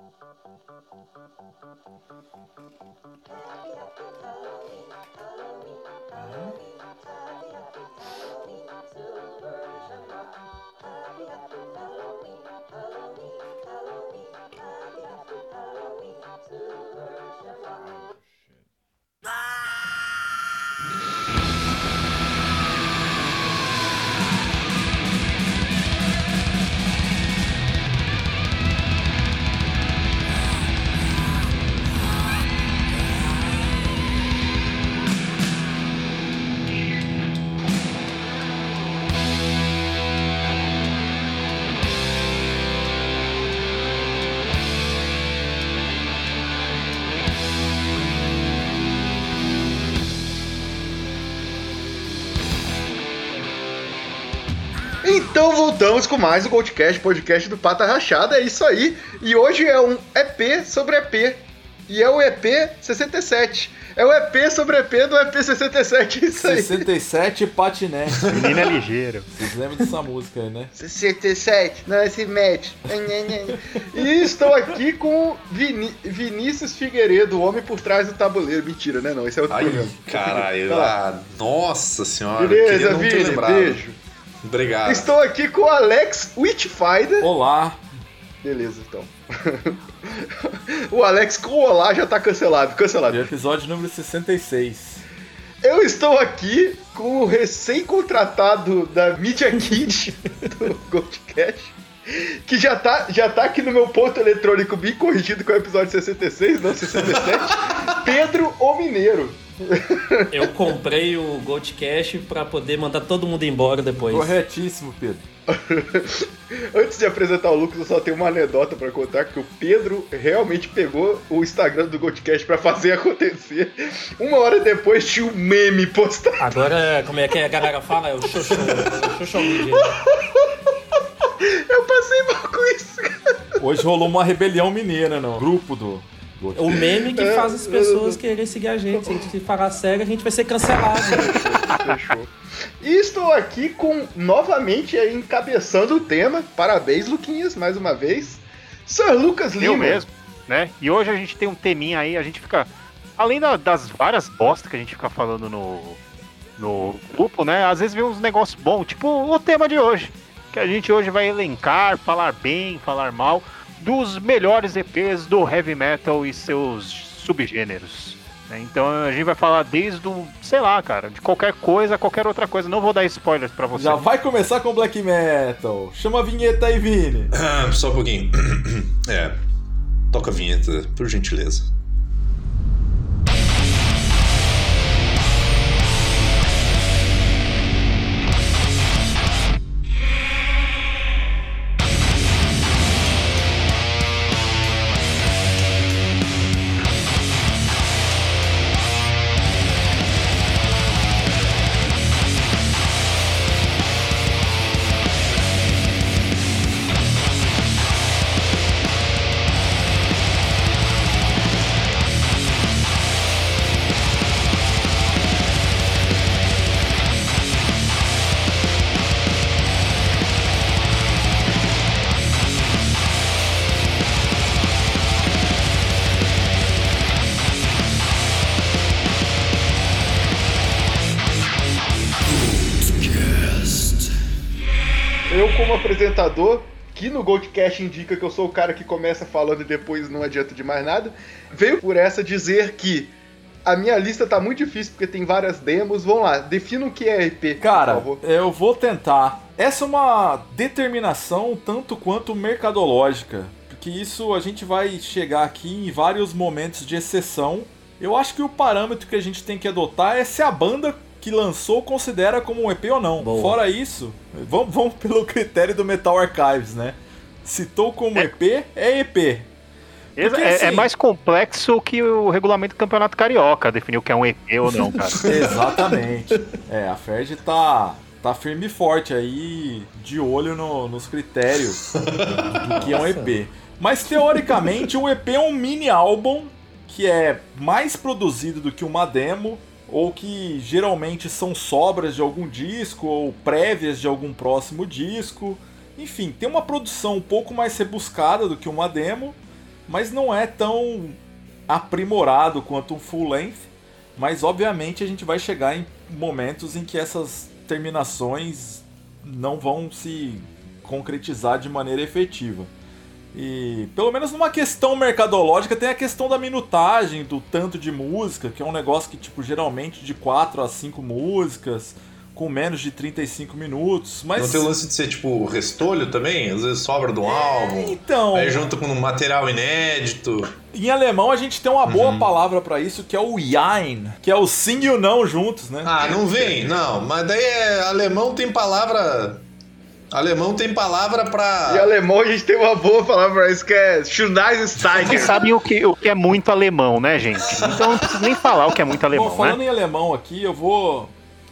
Então voltamos com mais o Goldcast, podcast do Pata Rachada, é isso aí. E hoje é um EP sobre EP. E é o EP 67. É o EP sobre EP do EP 67, isso aí. 67 patinete. Menino é ligeiro. Vocês lembram dessa música aí, né? 67, não se mete. E estou aqui com Vinícius Figueiredo, o homem por trás do tabuleiro. Mentira, né? Não, esse é outro programa. Caralho, nossa senhora. Beleza, Vini, beijo. Obrigado. Estou aqui com o Alex Witchfinder. Olá. Beleza, então. O Alex com o olá já tá cancelado. E episódio número 66. Eu estou aqui com o recém-contratado da Media Kit do Goldcast, que já tá aqui no meu ponto eletrônico bem corrigido com o episódio 66, não 67, Pedro o Mineiro. Eu comprei o Goldcast pra poder mandar todo mundo embora depois. Corretíssimo, Pedro. Antes de apresentar o Lucas, eu só tenho uma anedota pra contar, que o Pedro realmente pegou o Instagram do Goldcast pra fazer acontecer. Uma hora depois tinha um meme postado. Agora, como é que a galera fala? É o Xoxô Media. Eu passei mal com isso, cara. Hoje rolou uma rebelião mineira no grupo do Goldcast. O meme que faz as pessoas quererem seguir a gente. Se a gente falar sério, a gente vai ser cancelado. Fechou. E estou aqui novamente encabeçando o tema. Parabéns, Luquinhas, mais uma vez. Sir Lucas Lima. Eu mesmo, né? E hoje a gente tem um teminha aí, a gente fica... Além das várias bostas que a gente fica falando no grupo, né? Às vezes vem uns negócios bons, tipo o tema de hoje. Que a gente hoje vai elencar, falar bem, falar mal, dos melhores EPs do heavy metal e seus subgêneros. Então a gente vai falar desde o, sei lá, cara, de qualquer coisa, qualquer outra coisa. Não vou dar spoilers pra você. Já vai começar com Black Metal. Chama a vinheta aí, Vini. Só um pouquinho. Toca a vinheta, por gentileza. Como apresentador, que no Goldcast indica que eu sou o cara que começa falando e depois não adianta de mais nada, veio por essa dizer que a minha lista tá muito difícil porque tem várias demos. Vamos lá, defina o que é EP, cara, por favor. Eu vou tentar. Essa é uma determinação tanto quanto mercadológica, porque isso a gente vai chegar aqui em vários momentos de exceção. Eu acho que o parâmetro que a gente tem que adotar é se a banda que lançou considera como um EP ou não. Boa. Fora isso, vamos pelo critério do Metal Archives, né? Citou como EP, é EP. Porque, assim, é mais complexo que o regulamento do Campeonato Carioca, definir o que é um EP ou não, cara. Exatamente. A Ferg tá firme e forte aí, de olho nos critérios do que é um EP. Mas, teoricamente, um EP é um mini álbum que é mais produzido do que uma demo, ou que geralmente são sobras de algum disco, ou prévias de algum próximo disco. Enfim, tem uma produção um pouco mais rebuscada do que uma demo, mas não é tão aprimorado quanto um full length. Mas obviamente a gente vai chegar em momentos em que essas terminações não vão se concretizar de maneira efetiva. E pelo menos numa questão mercadológica tem a questão da minutagem, do tanto de música, que é um negócio que tipo geralmente de 4 a 5 músicas, com menos de 35 minutos. Mas... Não tem o lance de ser tipo restolho também? Às vezes sobra de um álbum, então... aí junto com um material inédito. Em alemão a gente tem uma boa palavra pra isso, que é o Jein, que é o sim e o não juntos, né? Ah, não vem? Não, mas daí alemão tem palavra... Alemão tem palavra pra... E alemão a gente tem uma boa palavra pra isso, que é Schneidesteiger. Vocês sabem o que é muito alemão, né, gente? Então não preciso nem falar o que é muito alemão, Bom, falando né? em alemão aqui, eu vou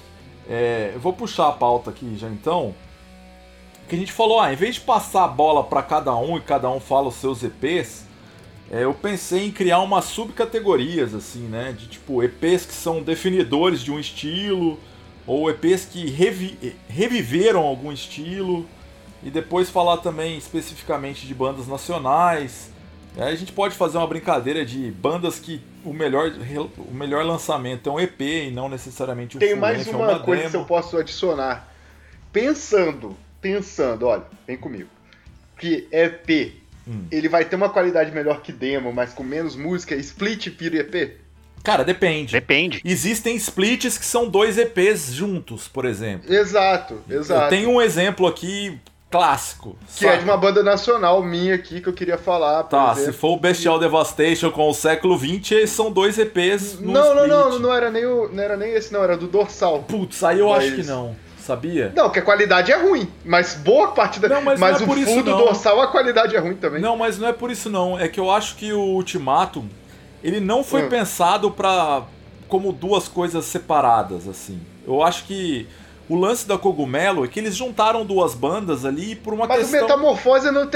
puxar a pauta aqui já então. Que a gente falou, em vez de passar a bola pra cada um e cada um fala os seus EPs, eu pensei em criar umas subcategorias, assim, né? De tipo, EPs que são definidores de um estilo, ou EPs que reviveram algum estilo, e depois falar também especificamente de bandas nacionais. Aí a gente pode fazer uma brincadeira de bandas que o melhor lançamento é um EP e não necessariamente um Tem full mais length, uma coisa demo. que eu posso adicionar. Pensando, olha, vem comigo. Que EP, ele vai ter uma qualidade melhor que demo, mas com menos música, split vira EP? Cara, depende. Depende. Existem splits que são 2 EPs juntos, por exemplo. Exato. Eu tenho um exemplo aqui clássico. Que é de uma banda nacional minha aqui que eu queria falar. Tá, se for o Bestial Devastation com o século XX, eles são 2 EPs no não era nem esse, não, era do Dorsal. Putz, aí eu acho que não, sabia? Não, que a qualidade é ruim, mas boa parte da... Não, mas não é o por isso, fundo não. Dorsal, a qualidade é ruim também. Não, mas não é por isso não, é que eu acho que o Ultimatum, ele não foi pensado como 2 coisas separadas, assim. Eu acho que o lance da Cogumelo é que eles juntaram 2 bandas ali por uma questão... Mas o Metamorfose não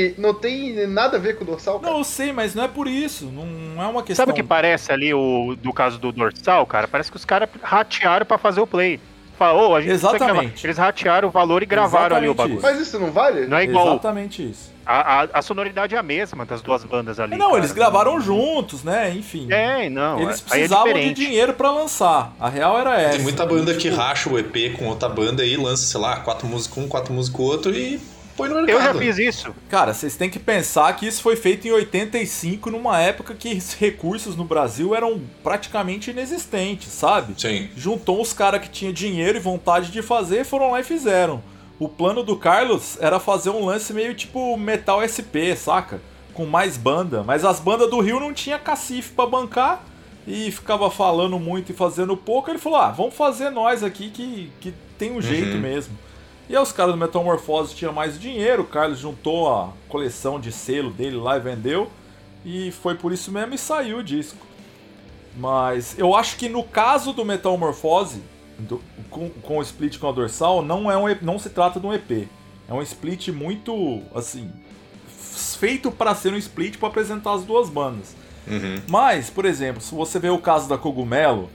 tem nada a ver com o Dorsal, cara. Não, eu sei, mas não é por isso. Não é uma questão... Sabe o que parece ali do caso do Dorsal, cara? Parece que os caras ratearam pra fazer o play. Fala, a gente Exatamente. Eles ratearam o valor e gravaram ali o bagulho. Mas isso não vale? Não é igual. Exatamente isso. A sonoridade é a mesma das 2 bandas ali. Não, cara. eles gravaram juntos, né? Enfim. Não. Eles aí precisavam é de diferente. dinheiro pra lançar. A real era essa. Tem muita banda que racha o EP com outra banda e lança, sei lá, 4 músicas um, 4 músicas outro e põe no mercado. Eu já fiz isso. Cara, vocês têm que pensar que isso foi feito em 85, numa época que os recursos no Brasil eram praticamente inexistentes, sabe? Sim. Juntou os caras que tinham dinheiro e vontade de fazer, foram lá e fizeram. O plano do Carlos era fazer um lance meio tipo Metal SP, saca? Com mais banda. Mas as bandas do Rio não tinha cacife pra bancar e ficava falando muito e fazendo pouco. Ele falou, vamos fazer nós aqui que tem um jeito mesmo. E aí os caras do Metamorfose tinham mais dinheiro, o Carlos juntou a coleção de selo dele lá e vendeu. E foi por isso mesmo e saiu o disco. Mas eu acho que no caso do Metamorfose, com o split com a Dorsal, não se trata de um EP. É um split muito, assim, feito para ser um split para apresentar as 2 bandas. Mas, por exemplo, se você vê o caso da Cogumelo,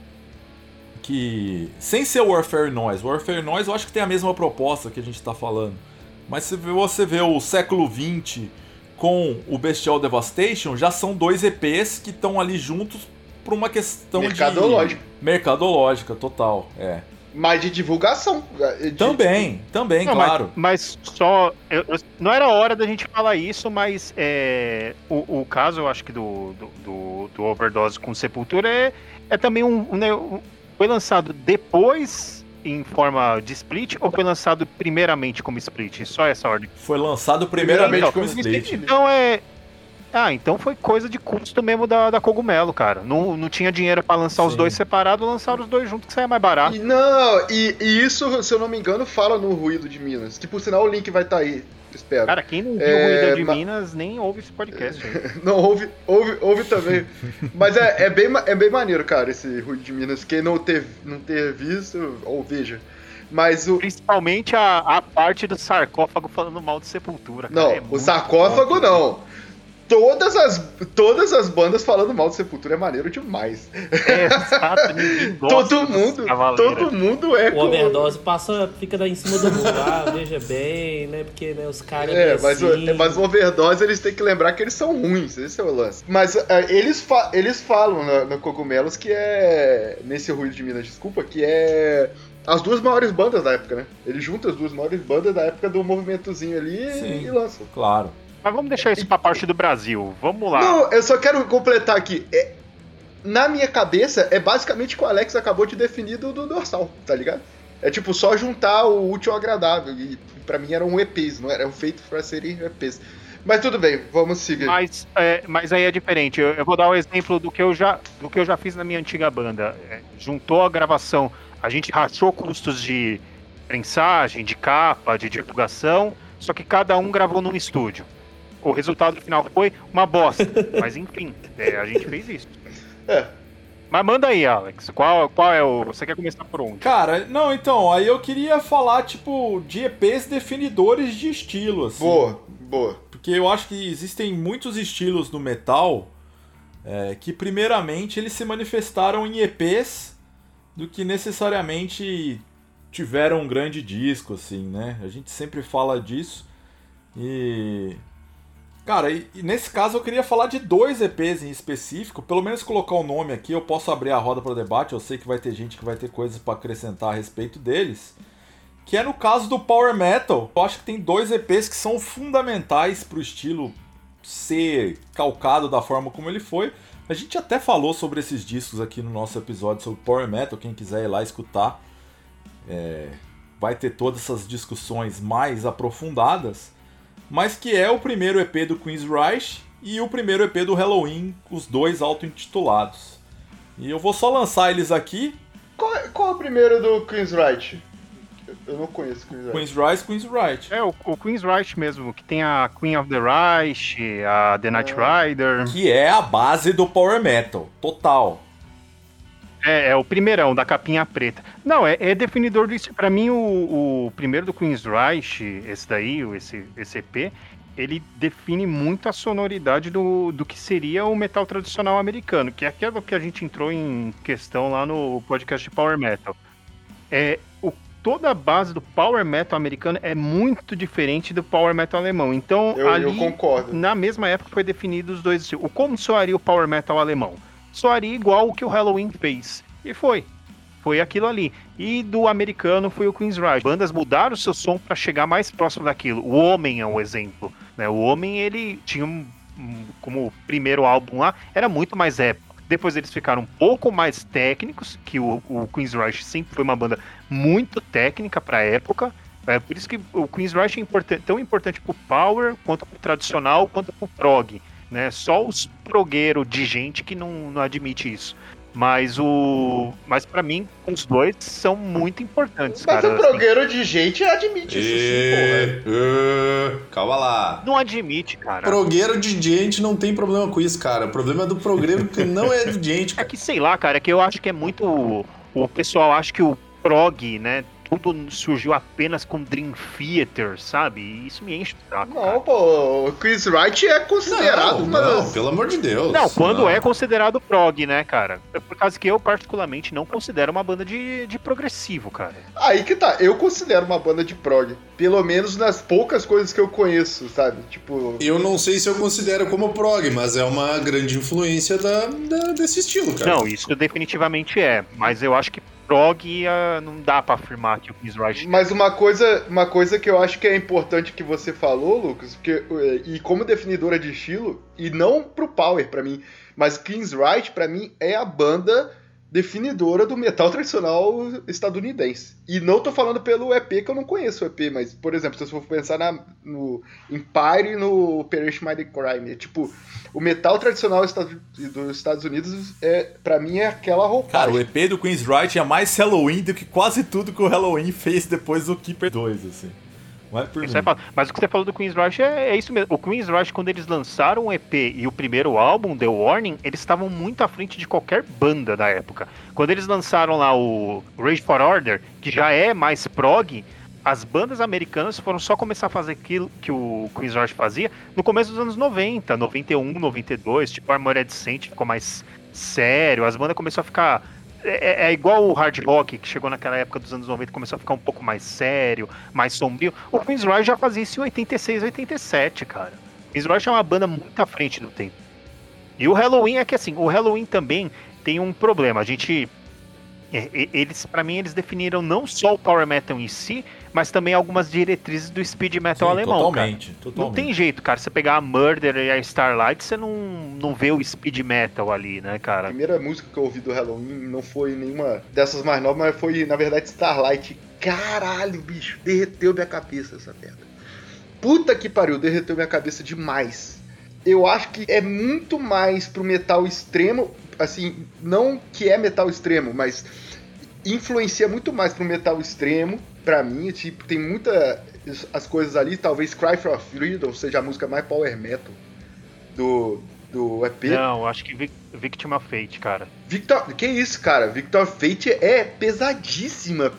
que sem ser Warfare Noise eu acho que tem a mesma proposta que a gente tá falando. Mas se você vê o século XX com o Bestial Devastation, já são 2 EPs que estão ali juntos por uma questão mercadológica, total, Mas de divulgação. Também, não, claro. Mas só... não era hora da gente falar isso, mas o caso, eu acho que do Overdose com Sepultura é também foi lançado depois em forma de split ou foi lançado primeiramente como split? Só essa ordem. Foi lançado primeiramente como split. Então então foi coisa de custo mesmo da Cogumelo, cara. Não tinha dinheiro pra lançar os 2 separados, lançaram os 2 juntos que saia mais barato. E isso, se eu não me engano, fala no Ruído de Minas. Que por sinal o link vai estar aí, espero. Cara, quem não viu o Ruído de Minas nem ouve esse podcast aí. Não, ouve também. Mas é bem maneiro, cara, esse Ruído de Minas. Quem não ter visto, ou veja. Mas principalmente a parte do sarcófago falando mal de Sepultura. Não, cara, o sarcófago não. todas as bandas falando mal do Sepultura é maneiro demais. Exato, ninguém gosta todo mundo é o Overdose fica daí em cima do muro. Veja bem, né? Porque né, os caras. Mas o Overdose eles têm que lembrar que eles são ruins, esse é o lance. Mas eles falam no Cogumelos que é. Nesse Ruído de Minas, desculpa, que é. As duas maiores bandas da época, né? Ele junta as duas maiores bandas da época do movimentozinho ali e lança. Claro. Mas vamos deixar isso pra parte do Brasil. Vamos lá. Não, eu só quero completar aqui. Na minha cabeça, é basicamente o que o Alex acabou de definir do Dorsal, tá ligado? É tipo só juntar o útil ao agradável. E pra mim eram EPs, não eram feitos pra serem EPs. Mas tudo bem, vamos seguir. Mas aí é diferente. Eu vou dar um exemplo do que eu já fiz na minha antiga banda. Juntou a gravação. A gente rachou custos de prensagem, de capa, de divulgação, só que cada um gravou num estúdio. O resultado final foi uma bosta, mas enfim, a gente fez isso. Mas manda aí, Alex, qual é o... Você quer começar por onde? Cara, não, então, aí eu queria falar, tipo, de EPs definidores de estilo, assim. Boa. Porque eu acho que existem muitos estilos no metal que, primeiramente, eles se manifestaram em EPs do que necessariamente tiveram um grande disco, assim, né? A gente sempre fala disso. E... Cara, e nesse caso eu queria falar de 2 EPs em específico, pelo menos colocar o nome aqui, eu posso abrir a roda para o debate, eu sei que vai ter gente que vai ter coisas para acrescentar a respeito deles, que é no caso do Power Metal. Eu acho que tem 2 EPs que são fundamentais para o estilo ser calcado da forma como ele foi. A gente até falou sobre esses discos aqui no nosso episódio sobre Power Metal, quem quiser ir lá escutar, vai ter todas essas discussões mais aprofundadas, mas que é o primeiro EP do Queensryche e o primeiro EP do Helloween, os 2 auto-intitulados. E eu vou só lançar eles aqui. Qual é o primeiro do Queensryche? Eu não conheço Queensryche. O Queensryche mesmo, que tem a Queen of the Reich, a The Night Rider. Que é a base do Power Metal, total. É o primeirão, da capinha preta. Não, é definidor disso. Pra mim, o primeiro do Queensryche, esse daí, esse EP, ele define muito a sonoridade do que seria o metal tradicional americano, que é aquilo que a gente entrou em questão lá no podcast de Power Metal. Toda a base do Power Metal americano é muito diferente do Power Metal alemão. Então, eu concordo. Na mesma época foi definido os 2 estilos. Como soaria o Power Metal alemão? Soaria igual o que o Helloween fez. E foi aquilo ali. E do americano foi o Queensryche. Bandas mudaram o seu som para chegar mais próximo daquilo. O Homem é um exemplo, né? O Homem, ele tinha como primeiro álbum lá, era muito mais épico. Depois eles ficaram um pouco mais técnicos, que o Queensryche sempre foi uma banda muito técnica para a época. Por isso que o Queensryche é tão importante pro Power, quanto pro tradicional, quanto pro prog. Né? Só os progueiros de gente que não admite isso. Mas pra mim, os 2 são muito importantes, mas cara. Mas o progueiro de gente admite isso sim, porra. Calma lá. Não admite, cara. Progueiro de gente não tem problema com isso, cara. O problema é do progueiro que não é de gente. É que, sei lá, cara, é que eu acho que é muito... O pessoal acha que o prog, né, tudo surgiu apenas com Dream Theater, sabe? E isso me enche o saco. Não, pô, o Queensryche é considerado Não, pelo amor de Deus. Não, quando é considerado prog, né, cara? É por causa que eu, particularmente, não considero uma banda de progressivo, cara. Aí que tá, eu considero uma banda de prog. Pelo menos nas poucas coisas que eu conheço, sabe? Tipo... Eu não sei se eu considero como prog, mas é uma grande influência desse estilo, cara. Não, isso definitivamente é. Mas eu acho que prog não dá pra afirmar que o Queensryche... Mas uma coisa que eu acho que é importante que você falou, Lucas, e como definidora de estilo, e não pro Power pra mim, mas Queensryche pra mim é a banda definidora do metal tradicional estadunidense. E não tô falando pelo EP, que eu não conheço o EP, mas, por exemplo, se eu for pensar no Empire e no Operation Mighty Crime, tipo, o metal tradicional dos Estados Unidos, pra mim, é aquela roupagem. Cara, o EP do Queensryche é mais Helloween do que quase tudo que o Helloween fez depois do Keeper 2, assim. Vai por mim. Mas o que você falou do Queensryche é isso mesmo. O Queensryche, quando eles lançaram o EP e o primeiro álbum, The Warning, eles estavam muito à frente de qualquer banda da época. Quando eles lançaram lá o Rage for Order, que já é mais prog, as bandas americanas foram só começar a fazer aquilo que o Queen's Rush fazia no começo dos anos 90, 91, 92, tipo, Armored Saint ficou mais sério, as bandas começaram a ficar... É igual o hard rock, que chegou naquela época dos anos 90, começou a ficar um pouco mais sério, mais sombrio. O Queen's Rush já fazia isso em 86, 87, cara. O Queen's Rush é uma banda muito à frente do tempo. E o Halloween é que, assim, o Halloween também tem um problema. A gente... Eles, pra mim, eles definiram não só o Power Metal em si, mas também algumas diretrizes do Speed Metal alemão, totalmente. Não tem jeito, cara. Você pegar a Murder e a Starlight, você não vê o Speed Metal ali, né, cara? A primeira música que eu ouvi do Halloween não foi nenhuma dessas mais novas, mas foi, na verdade, Starlight. Caralho, bicho, derreteu minha cabeça essa merda. Puta que pariu, derreteu minha cabeça demais. Eu acho que é muito mais pro metal extremo, assim, não que é metal extremo, mas influencia muito mais pro metal extremo, pra mim, tipo, tem as coisas ali, talvez Cry for Freedom seja a música mais power metal do EP. Não, acho que Victim of Fate, cara. Que isso, cara? Victim of Fate é pesadíssima.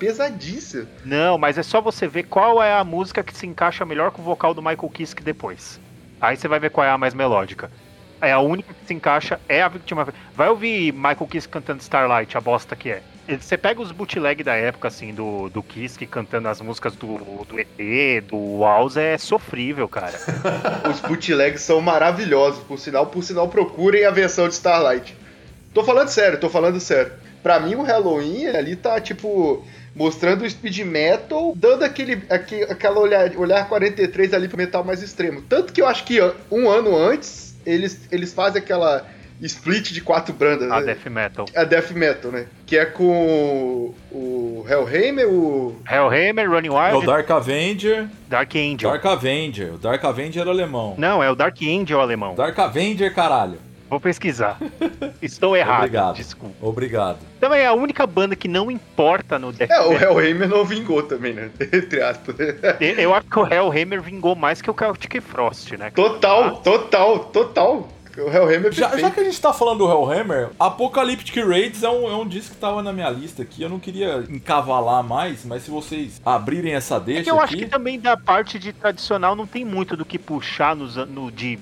Não, mas é só você ver qual é a música que se encaixa melhor com o vocal do Michael Kiske depois. Aí você vai ver qual é a mais melódica. É a única que se encaixa, é a Victim of Fate. Vai ouvir Michael Kiske cantando Starlight, a bosta que é. Você pega os bootleg da época, assim, do Kiske cantando as músicas do ET, do Walls, é sofrível, cara. Os bootlegs são maravilhosos, por sinal procurem a versão de Starlight. Tô falando sério. Pra mim, o Halloween ali tá, tipo, mostrando o speed metal, dando aquela olhar 43 ali pro metal mais extremo. Tanto que eu acho que um ano antes, eles fazem aquela split de 4 bandas. A né? Death Metal. A Death Metal, né? Que é com o Hellhammer, Running Wild. É o Dark Avenger. Dark Angel. O Dark Avenger era alemão. Não, é o Dark Angel alemão. Dark Avenger, caralho. Vou pesquisar. Estou errado. Obrigado. Desculpa. Obrigado. Também é a única banda que não importa no Death Metal. o Hellhammer não vingou também, né? Entre aspas. Eu acho que o Hellhammer vingou mais que o Celtic Frost, né? Total. O Hellhammer é já que a gente tá falando do Hellhammer, Apocalyptic Raids é um disco que tava na minha lista aqui. Eu não queria encavalar mais, mas se vocês abrirem essa deixa é que eu aqui... acho que também da parte de tradicional não tem muito do que puxar de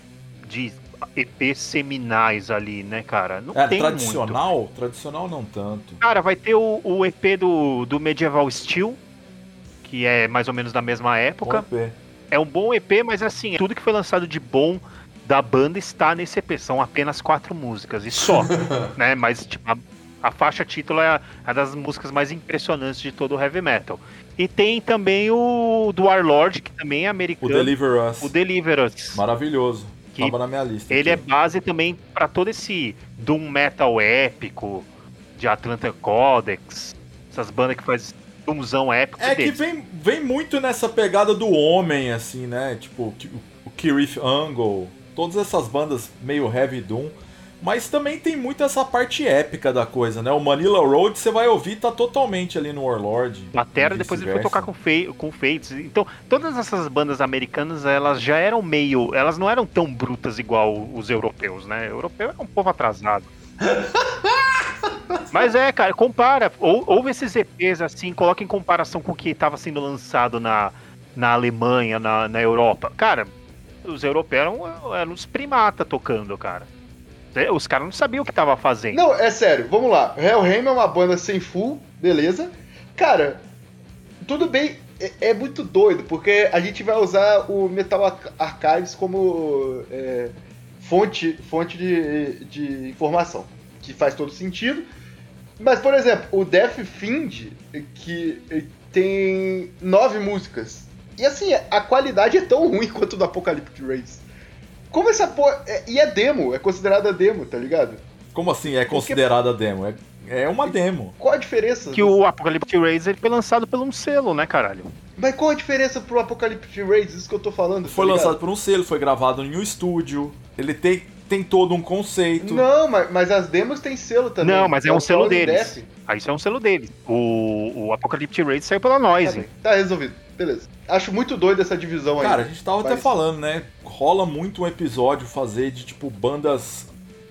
EPs seminais ali, né, cara? Não tem tradicional? muito. Tradicional não tanto. Cara, vai ter o EP do Medieval Steel, que é mais ou menos da mesma época. É um bom EP, mas assim, tudo que foi lançado de bom da banda está nesse EP. São apenas 4 músicas e só, né? Mas tipo, a faixa título é a das músicas mais impressionantes de todo o heavy metal. E tem também o do Warlord, que também é americano. O Deliver Us. Maravilhoso. Que tava na minha lista. Ele aqui. é base também para todo esse doom metal épico de Atlanta Codex, essas bandas que faz doomzão épico. É deles. Que vem muito nessa pegada do homem, assim, né? Tipo, o Kirith Angle, todas essas bandas meio heavy doom. Mas também tem muito essa parte épica da coisa, né? O Manila Road, você vai ouvir, tá totalmente ali no Warlord. Batera, depois ele foi tocar com Fates. Então, todas essas bandas americanas, elas já eram meio... Elas não eram tão brutas igual os europeus, né? O europeu é um povo atrasado. Mas cara, compara. Ouve esses EPs assim, coloca em comparação com o que estava sendo lançado na Alemanha, na Europa. Cara, os europeus eram os primata tocando, cara. Os caras não sabiam o que tava fazendo. Não, é sério, vamos lá. Hellhammer é uma banda sem full, beleza. Cara, tudo bem, é muito doido, porque a gente vai usar o Metal Archives como fonte de informação, que faz todo sentido. Mas, por exemplo, o Death Fiend, que tem 9 músicas. E assim, a qualidade é tão ruim quanto do Apocalyptic Raids. Como essa porra... E é demo, é considerada demo, tá ligado? Como assim é considerada demo? É uma demo. Qual a diferença? Que o Apocalyptic Raids ele foi lançado por um selo, né, caralho? Mas qual a diferença pro Apocalyptic Raids? Isso que eu tô falando. Foi lançado por um selo, foi gravado em um estúdio. Ele tem todo um conceito. Não, mas as demos tem selo também. Não, mas é um selo deles. Aí isso é um selo deles. O Apocalyptic Raids saiu pela Noise. Tá resolvido. Beleza. Acho muito doido essa divisão aí. Cara, a gente tava até falando, né? Rola muito um episódio fazer de, tipo, bandas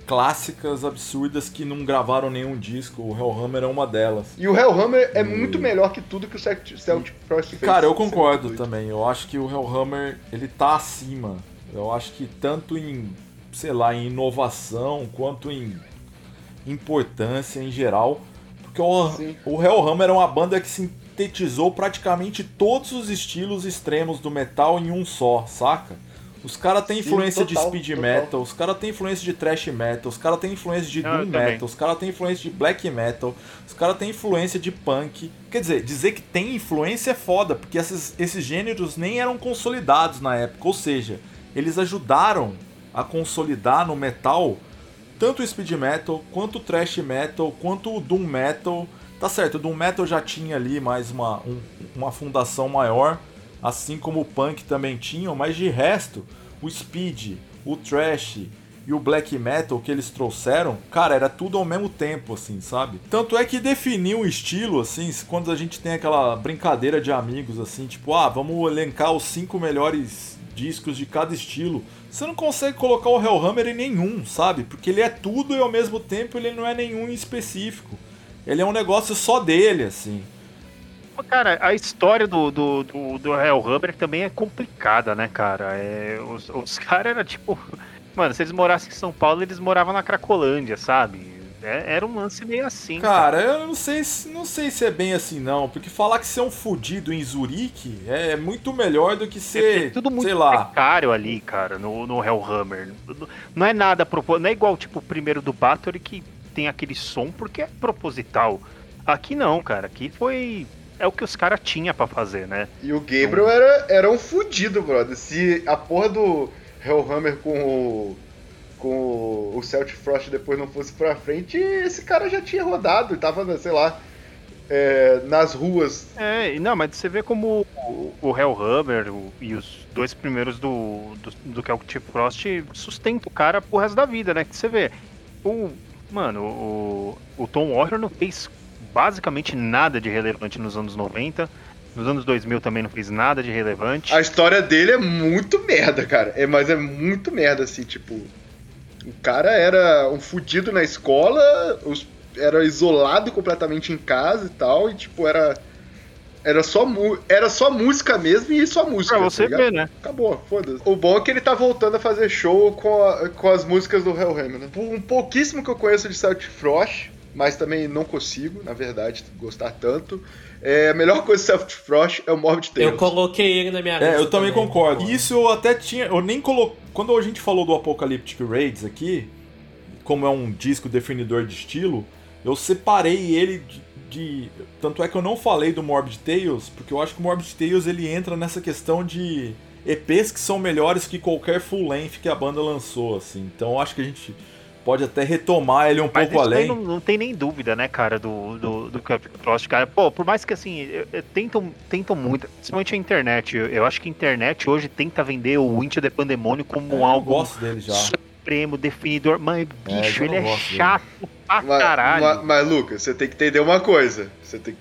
clássicas absurdas que não gravaram nenhum disco. O Hellhammer é uma delas. E o Hellhammer é muito melhor que tudo que o Celtic Frost fez. Cara, eu concordo também. Eu acho que o Hellhammer, ele tá acima. Eu acho que tanto em, sei lá, em inovação, quanto em importância em geral. Porque o Hellhammer é uma banda que sintetizou praticamente todos os estilos extremos do metal em um só, saca? Os caras têm influência de speed metal, os caras têm influência de thrash metal, os caras têm influência de doom metal, os caras têm influência de black metal, os caras têm influência de punk. Quer dizer que tem influência é foda, porque esses gêneros nem eram consolidados na época, ou seja, eles ajudaram a consolidar no metal tanto o speed metal, quanto o thrash metal, quanto o doom metal. Tá certo, o doom metal já tinha ali mais uma fundação maior, assim como o punk também tinham, mas de resto, o speed, o thrash e o black metal que eles trouxeram, cara, era tudo ao mesmo tempo, assim, sabe? Tanto é que definir um estilo, assim, quando a gente tem aquela brincadeira de amigos, assim, tipo, vamos elencar os 5 melhores discos de cada estilo, você não consegue colocar o Hellhammer em nenhum, sabe? Porque ele é tudo e ao mesmo tempo ele não é nenhum em específico. Ele é um negócio só dele, assim. Cara, a história do Hellhammer também é complicada, né, cara? Os caras eram tipo... Mano, se eles morassem em São Paulo, eles moravam na Cracolândia, sabe? Era um lance meio assim. Cara, eu não sei se é bem assim, não. Porque falar que ser um fudido em Zurique é muito melhor do que ser, é tudo muito sei lá... precário ali, cara, no Hellhammer. Não é nada não é igual, tipo, o primeiro do Bathory que tem aquele som porque é proposital. Aqui não, cara. Aqui é o que os caras tinham pra fazer, né? E o Gabriel era um fudido, brother. Se a porra do Hellhammer com o Celtic Frost depois não fosse pra frente, esse cara já tinha rodado, tava, sei lá, nas ruas. Não, mas você vê como o Hellhammer e os dois primeiros do Celtic Frost sustentam o cara pro resto da vida, né? Que você vê, o Tom Warrior não fez basicamente nada de relevante nos anos 90. Nos anos 2000 também não fez nada de relevante. A história dele é muito merda, cara. Mas é muito merda, assim, tipo... O cara era um fudido na escola, era isolado completamente em casa e tal, e tipo, era só música mesmo e só música. Pra você ver, né? Acabou, foda-se. O bom é que ele tá voltando a fazer show com as músicas do Hellhammer, né? Um pouquíssimo que eu conheço de Celtic Frost, mas também não consigo, na verdade, gostar tanto. A melhor coisa do Celtic Frost é o Morbid Tales. Eu coloquei ele na minha lista. Eu também concordo. Isso eu até tinha... Eu nem coloquei... Quando a gente falou do Apocalyptic Raids aqui, como é um disco definidor de estilo, eu separei ele de... Tanto é que eu não falei do Morbid Tales, porque eu acho que o Morbid Tales ele entra nessa questão de EPs que são melhores que qualquer full length que a banda lançou, assim. Então eu acho que a gente pode até retomar ele um pouco além. Não tem nem dúvida, né, cara, do Celtic Frost, cara. Pô, por mais que, assim, tentam muito, principalmente a internet. Eu acho que a internet hoje tenta vender o Into the Pandemonium como algo... Eu gosto dele já. Supremo, definidor. Mas, bicho, ele é chato pra caralho. Mas, Lucas, você tem que entender uma coisa.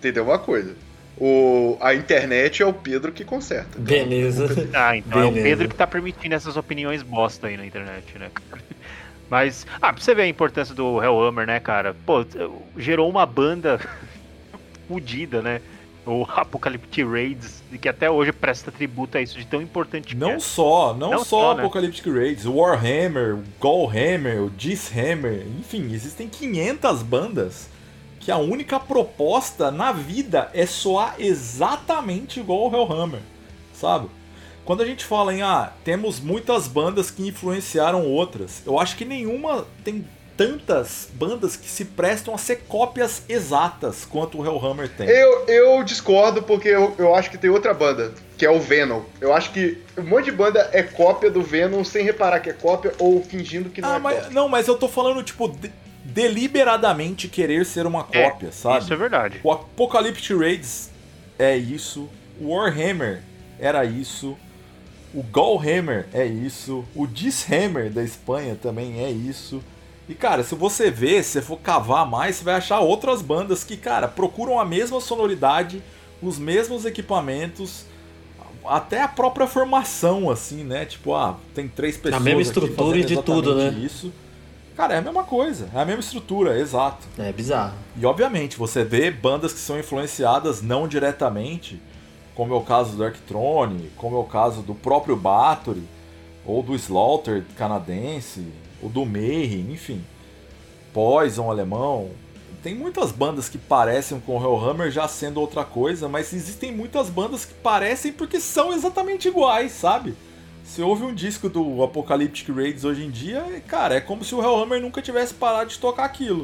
A internet é o Pedro que conserta. Beleza. Então é o Pedro que tá permitindo essas opiniões bosta aí na internet, né? Mas, pra você ver a importância do Hellhammer, né, cara? Pô, gerou uma banda fodida, né? O Apocalyptic Raids, que até hoje presta tributo a isso de tão importante que não só né? Apocalyptic Raids, o Warhammer, o Gallhammer, o Dishammer, enfim, existem 500 bandas que a única proposta na vida é soar exatamente igual ao Hellhammer, sabe? Quando a gente fala em, temos muitas bandas que influenciaram outras, eu acho que nenhuma tem tantas bandas que se prestam a ser cópias exatas quanto o Hellhammer tem. Eu discordo, porque eu acho que tem outra banda, que é o Venom. Eu acho que um monte de banda é cópia do Venom sem reparar que é cópia ou fingindo que não é cópia. Não, mas eu tô falando, tipo, deliberadamente querer ser uma cópia, sabe? Isso é verdade. O Apocalyptic Raids é isso, o Warhammer era isso, o Gallhammer é isso, o Dishammer da Espanha também é isso. E, cara, se você ver, se você for cavar mais, você vai achar outras bandas que, cara, procuram a mesma sonoridade, os mesmos equipamentos, até a própria formação, assim, né? Tipo, tem 3 pessoas a mesma estrutura e de tudo, né? Isso. Cara, é a mesma coisa, é a mesma estrutura, exato. É bizarro. E obviamente, você vê bandas que são influenciadas não diretamente, como é o caso do Arctrone, como é o caso do próprio Bathory, ou do Slaughter canadense, ou do Mayhem, enfim. Poison alemão. Tem muitas bandas que parecem com o Hellhammer já sendo outra coisa, mas existem muitas bandas que parecem porque são exatamente iguais, sabe? Você ouve um disco do Apocalyptic Raids hoje em dia, cara, é como se o Hellhammer nunca tivesse parado de tocar aquilo.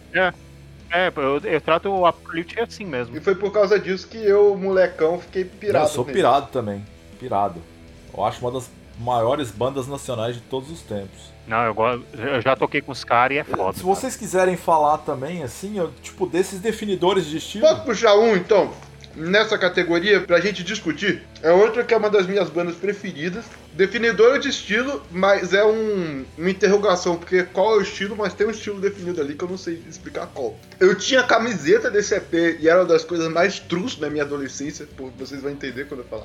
Eu trato o Apocalyptic assim mesmo. E foi por causa disso que eu, molecão, fiquei pirado. Eu sou pirado também, pirado. Eu acho uma das maiores bandas nacionais de todos os tempos. Não, eu já toquei com os caras e é foda. Se vocês quiserem falar também, assim, tipo, desses definidores de estilo... Posso puxar um, então, nessa categoria, pra gente discutir? É outra que é uma das minhas bandas preferidas. Definidora de estilo, mas é uma interrogação, porque qual é o estilo, mas tem um estilo definido ali que eu não sei explicar qual. Eu tinha camiseta desse EP e era uma das coisas mais trus da minha adolescência, vocês vão entender quando eu falar.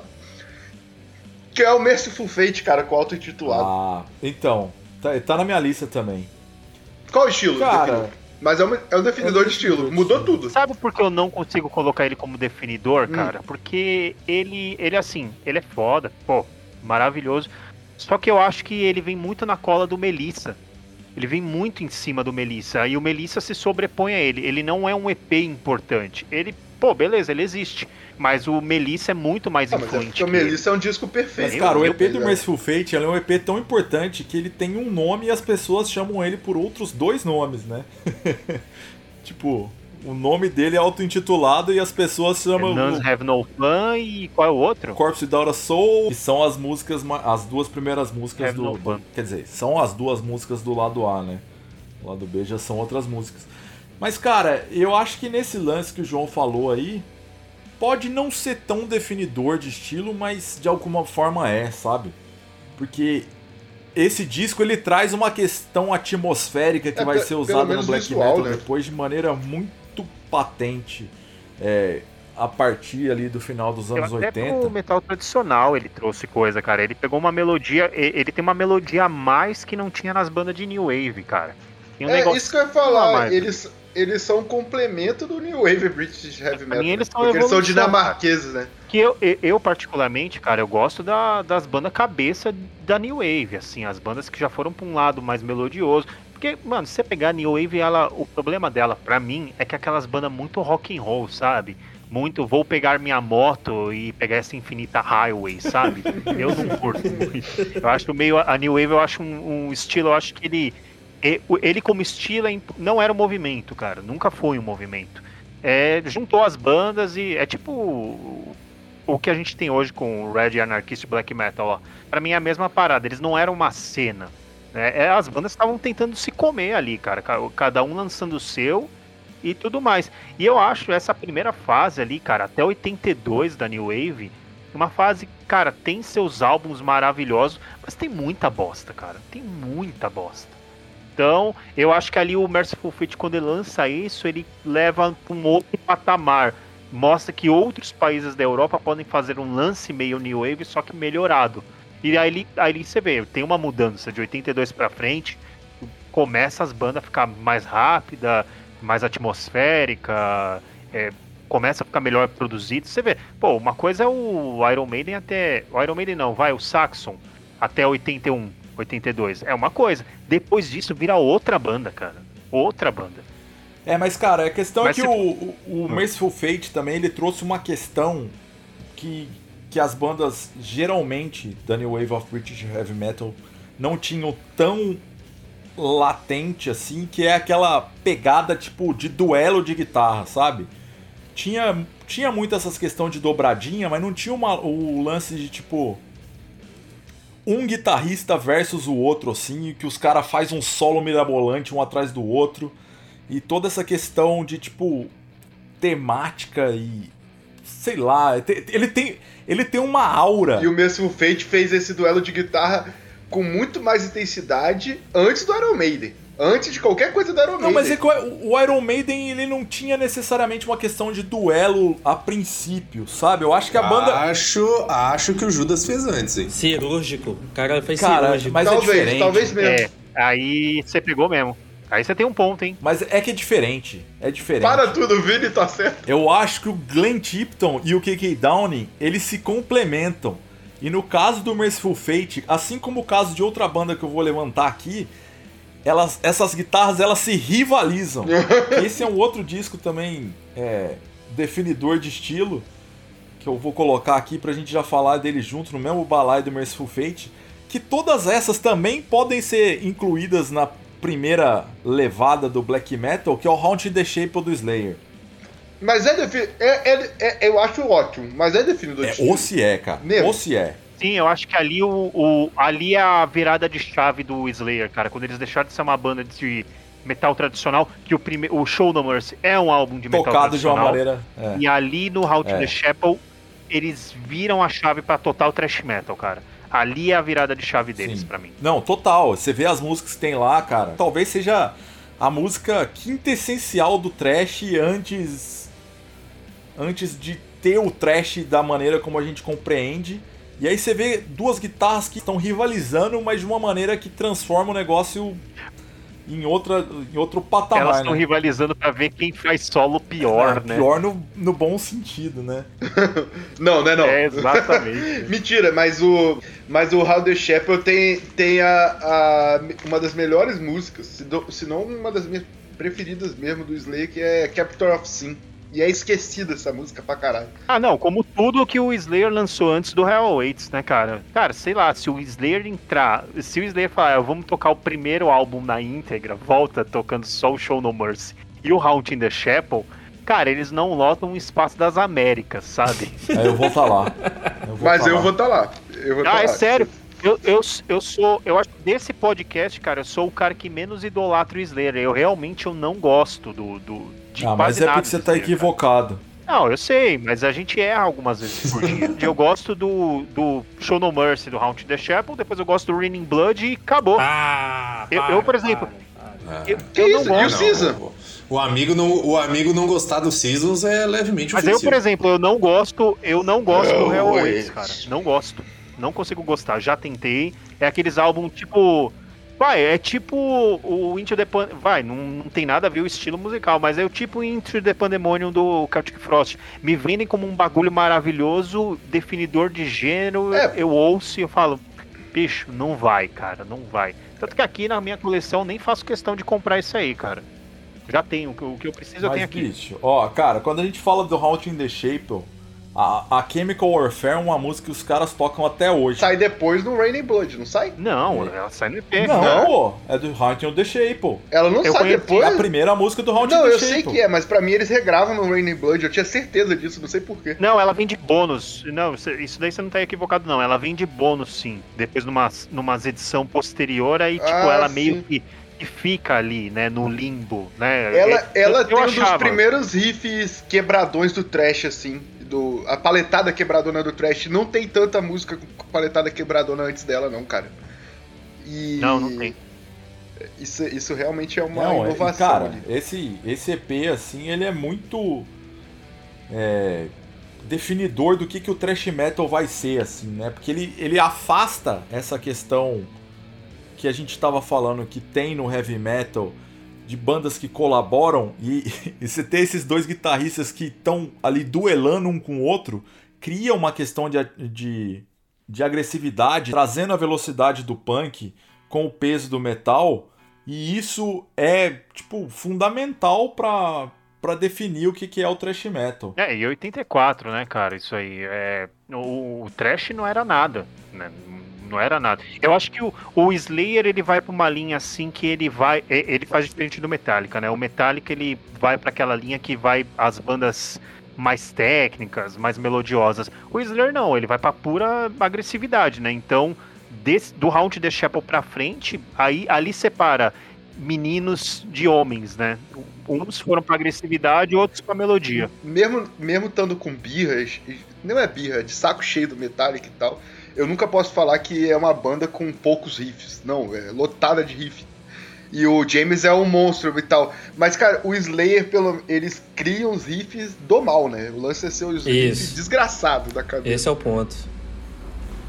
Que é o Merciful Fate, cara, com auto-intitulado. Ah, então, tá na minha lista também. Qual o estilo? Cara, definido? Mas é um definidor de estilo, mudou tudo. Sabe por que eu não consigo colocar ele como definidor, cara? Porque ele assim, ele é foda, pô, maravilhoso. Só que eu acho que ele vem muito na cola do Melissa. Ele vem muito em cima do Melissa. E o Melissa se sobrepõe a ele. Ele não é um EP importante. Ele, pô, beleza, ele existe. Mas o Melissa é muito mais influente. Porque o Melissa é um disco perfeito. Mas, cara, o EP do Merciful Fate é um EP tão importante que ele tem um nome e as pessoas chamam ele por outros 2 nomes, né? Tipo, o nome dele é auto-intitulado e as pessoas chamam... Nuns Have No Fun e qual é o outro? Corpse Without a Soul, que são as músicas, as 2 primeiras músicas Have No Fun. Quer dizer, são as 2 músicas do lado A, né? O lado B já são outras músicas. Mas, cara, eu acho que nesse lance que o João falou aí, pode não ser tão definidor de estilo, mas de alguma forma é, sabe? Porque esse disco ele traz uma questão atmosférica que vai ser usada no black metal, né? Depois de maneira muito patente, a partir ali do final dos anos 80. O metal tradicional ele trouxe coisa, cara. Ele pegou uma melodia, ele tem uma melodia a mais que não tinha nas bandas de New Wave, cara. Tem um isso que eu ia falar, eles são um complemento do New Wave British Heavy Metal. Eles são dinamarqueses, né? Que eu particularmente, cara, eu gosto das bandas cabeça da New Wave, assim, as bandas que já foram pra um lado mais melodioso. Porque, mano, se você pegar a New Wave, o problema dela, pra mim, é que é aquelas bandas muito rock and roll, sabe? Muito, vou pegar minha moto e pegar essa infinita highway, sabe? Eu não curto muito. Eu acho meio, a New Wave, eu acho um estilo, eu acho que ele como estilo não era um movimento, cara. Nunca foi um movimento. Juntou as bandas e é tipo o que a gente tem hoje com o Red Anarchist Black Metal, ó. Pra mim é a mesma parada. Eles não eram uma cena, né? As bandas estavam tentando se comer ali, cara. Cada um lançando o seu e tudo mais. E eu acho essa primeira fase ali, cara, até 82 da New Wave, uma fase, cara, tem seus álbuns maravilhosos, mas tem muita bosta, cara. Tem muita bosta. Então, eu acho que ali o Merciful Fate, quando ele lança isso, ele leva para um outro patamar. Mostra que outros países da Europa podem fazer um lance meio New Wave, só que melhorado. E aí você vê, tem uma mudança de 82 para frente, começa as bandas a ficar mais rápida, mais atmosférica, começa a ficar melhor produzido. Você vê, pô, uma coisa é o Iron Maiden o Saxon, até 81. 82, é uma coisa. Depois disso vira outra banda, cara. Outra banda. Mas cara, a questão é que o Merciful Fate também, ele trouxe uma questão que as bandas geralmente da New Wave of British Heavy Metal não tinham tão latente assim, que é aquela pegada tipo de duelo de guitarra, sabe? Tinha muito essas questões de dobradinha, mas não tinha o lance de tipo um guitarrista versus o outro, assim, que os caras fazem um solo mirabolante um atrás do outro, e toda essa questão de, tipo, temática e... sei lá, ele tem uma aura. E o Merciful Fate fez esse duelo de guitarra com muito mais intensidade antes do Iron Maiden. Antes de qualquer coisa do Iron Maiden. Não, mas é que o Iron Maiden, ele não tinha necessariamente uma questão de duelo a princípio, sabe? Eu acho que a banda... Acho que o Judas fez antes, hein? Cirúrgico. O cara fez cirúrgico. Mas talvez mesmo. Aí você pegou mesmo. Aí você tem um ponto, hein? Mas é que é diferente. É diferente. Para tudo, o Vini tá certo. Eu acho que o Glenn Tipton e o KK Downing, eles se complementam. E no caso do Mercyful Fate, assim como o caso de outra banda que eu vou levantar aqui, essas guitarras elas se rivalizam. Esse é um outro disco também definidor de estilo, que eu vou colocar aqui pra gente já falar dele junto no mesmo balaio do Mercyful Fate, que todas essas também podem ser incluídas na primeira levada do black metal, que é o Haunting the Chapel do Slayer. Mas eu acho ótimo, mas é definidor de estilo. Ou se é, cara. Mesmo? Ou se é. Sim, eu acho que ali ali é a virada de chave do Slayer, cara. Quando eles deixaram de ser uma banda de metal tradicional, que o Show No Mercy é um álbum de metal Tocado de uma tradicional. maneira... E ali no Haunting the Chapel, eles viram a chave pra total thrash metal, cara. Ali é a virada de chave deles, pra mim. Não, total. Você vê as músicas que tem lá, cara. Talvez seja a música quintessencial do thrash antes de ter o thrash da maneira como a gente compreende. E aí você vê duas guitarras que estão rivalizando, mas de uma maneira que transforma o negócio em outro patamar. Elas estão né? rivalizando pra ver quem faz solo pior, né? Pior no bom sentido, né? Não. É, exatamente. Mentira, mas o How the Chapel tem uma das melhores músicas, se não uma das minhas preferidas mesmo do Slayer, que é Captor of Sin. E é esquecida essa música pra caralho. Ah, não, como tudo que o Slayer lançou antes do Hell Awaits, né, cara? Cara, sei lá, se o Slayer falar, vamos tocar o primeiro álbum na íntegra, volta tocando só o Show No Mercy e o Haunting the Chapel, cara, eles não lotam o espaço das Américas, sabe? Eu vou estar lá. Eu vou estar lá. É sério. Eu acho que desse podcast, cara, eu sou o cara que menos idolatra o Slayer. Eu realmente não gosto de mas é porque você tá equivocado. Cara. Não, eu sei, mas a gente erra algumas vezes por dia. Eu gosto do Show No Mercy, do Haunting the Chapel, depois eu gosto do Raining Blood e acabou. Eu, por exemplo, eu não gosto. E o Season? O amigo não gostar do Seasons é levemente Mas ofensivo. eu, por exemplo, eu não gosto do Hell Awaits, cara. Não gosto. Não consigo gostar. Já tentei. É aqueles álbuns tipo... é tipo o Into the não tem nada a ver o estilo musical, mas é o tipo Into the Pandemonium do Celtic Frost. Me vendem como um bagulho maravilhoso, definidor de gênero. Eu ouço e eu falo, bicho, não vai, cara, não vai. Tanto que aqui na minha coleção nem faço questão de comprar isso aí, cara. Já tenho, o que eu preciso eu tenho aqui. Bicho, cara, quando a gente fala do Haunting the Chapel, a Chemical Warfare é uma música que os caras tocam até hoje. Sai depois do Raining Blood, não sai? Não, ela sai no EP. Não, pô, é do Haunting the Chapel. Ela não sai depois? É a primeira música do Haunting the Chapel. Não, eu sei que é, mas pra mim eles regravam no Raining Blood, eu tinha certeza disso, não sei porquê. Não, ela vem de bônus. Não, isso daí você não tá equivocado, não. Ela vem de bônus, sim. Depois numas edição posterior, aí, ela meio que fica ali, né, no limbo, né? Ela tem um dos primeiros riffs quebradões do thrash, assim. A paletada quebradona do thrash. Não tem tanta música com paletada quebradona antes dela, não, cara. Não tem. Isso realmente é uma inovação. Cara, ali. esse EP, assim, ele é muito definidor do que o thrash metal vai ser, assim, né? Porque ele afasta essa questão que a gente estava falando que tem no heavy metal, de bandas que colaboram, e você ter esses dois guitarristas que estão ali duelando um com o outro, cria uma questão de agressividade, trazendo a velocidade do punk com o peso do metal, e isso é, tipo, fundamental pra definir o que é o thrash metal. E 84, né, cara, isso aí, o thrash não era nada, né? Não era nada. Eu acho que o Slayer, ele vai pra uma linha assim que ele faz diferente do Metallica, né? O Metallica, ele vai pra aquela linha que vai as bandas mais técnicas, mais melodiosas. O Slayer não, ele vai pra pura agressividade, né? Então, do Haunting the Chapel pra frente, ali separa meninos de homens, né? Uns foram pra agressividade, outros pra melodia. Mesmo estando com birras, não é birra, é de saco cheio do Metallica e tal, eu nunca posso falar que é uma banda com poucos riffs. Não, é lotada de riff. E o James é um monstro e tal. Mas, cara, o Slayer, eles criam os riffs do mal, né? O lance é ser os riffs desgraçados da cabeça. Esse é o ponto.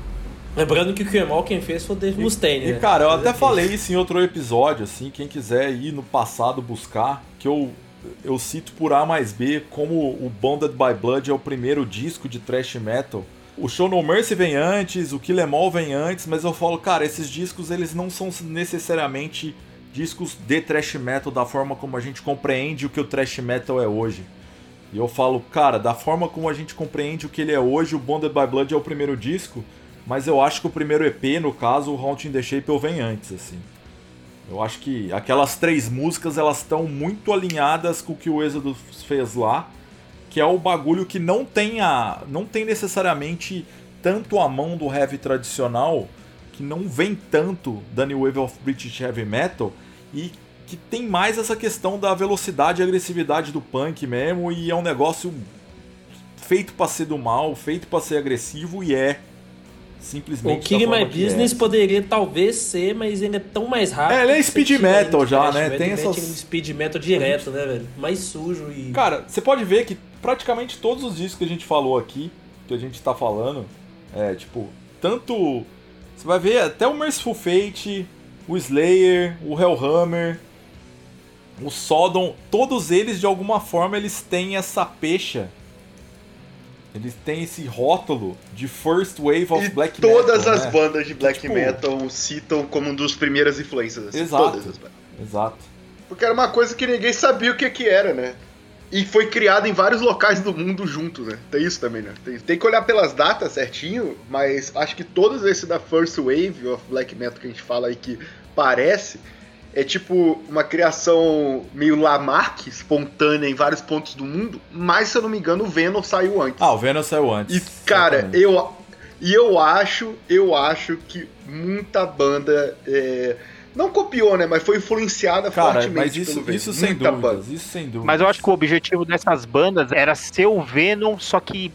Lembrando que o QMO quem fez foi o Dave Mustaine, E né? cara, eu até falei isso em outro episódio, assim, quem quiser ir no passado buscar, que eu cito por A mais B como o Bonded by Blood é o primeiro disco de thrash metal. O Show No Mercy vem antes, o Kill Em All vem antes, mas eu falo, cara, esses discos eles não são necessariamente discos de thrash metal da forma como a gente compreende o que o thrash metal é hoje. E eu falo, cara, da forma como a gente compreende o que ele é hoje, o Bonded by Blood é o primeiro disco, mas eu acho que o primeiro EP, no caso, o Haunting the Shape, vem antes, assim. Eu acho que aquelas 3 músicas, elas estão muito alinhadas com o que o Exodus fez lá, que é o bagulho que não tem necessariamente tanto a mão do heavy tradicional, que não vem tanto da New Wave of British Heavy Metal, e que tem mais essa questão da velocidade e agressividade do punk mesmo, e é um negócio feito pra ser do mal, feito pra ser agressivo, e é simplesmente O King da My forma que Business é. poderia talvez ser, mas ele é tão mais rápido. Ele é que speed você tira metal ele do já, thrash né? metal Tem e mete essas- ele no speed metal direto, né, velho? Mais sujo e... Cara, você pode ver que praticamente todos os discos que a gente falou aqui, que a gente tá falando, tanto... Você vai ver até o Merciful Fate, o Slayer, o Hellhammer, o Sodom, todos eles de alguma forma eles têm essa pecha. Eles têm esse rótulo de First Wave of E Black todas Metal, as né? bandas de black tipo- metal citam como uma das primeiras influências. Assim, Exato. Todas as bandas. Exato. Porque era uma coisa que ninguém sabia o que era, né? E foi criado em vários locais do mundo junto, né? Tem isso também, né? Tem que olhar pelas datas certinho, mas acho que todos esses da First Wave of Black Metal que a gente fala aí que parece, é tipo uma criação meio Lamarck, espontânea em vários pontos do mundo, mas se eu não me engano o Venom saiu antes. Ah, o Venom saiu antes. E, cara, exatamente. eu acho que muita banda não copiou, né? Mas foi influenciada Cara, fortemente mas pelo Venom. isso sem Muita dúvidas, banda. isso sem dúvidas. Mas eu acho que o objetivo dessas bandas era ser o Venom, só que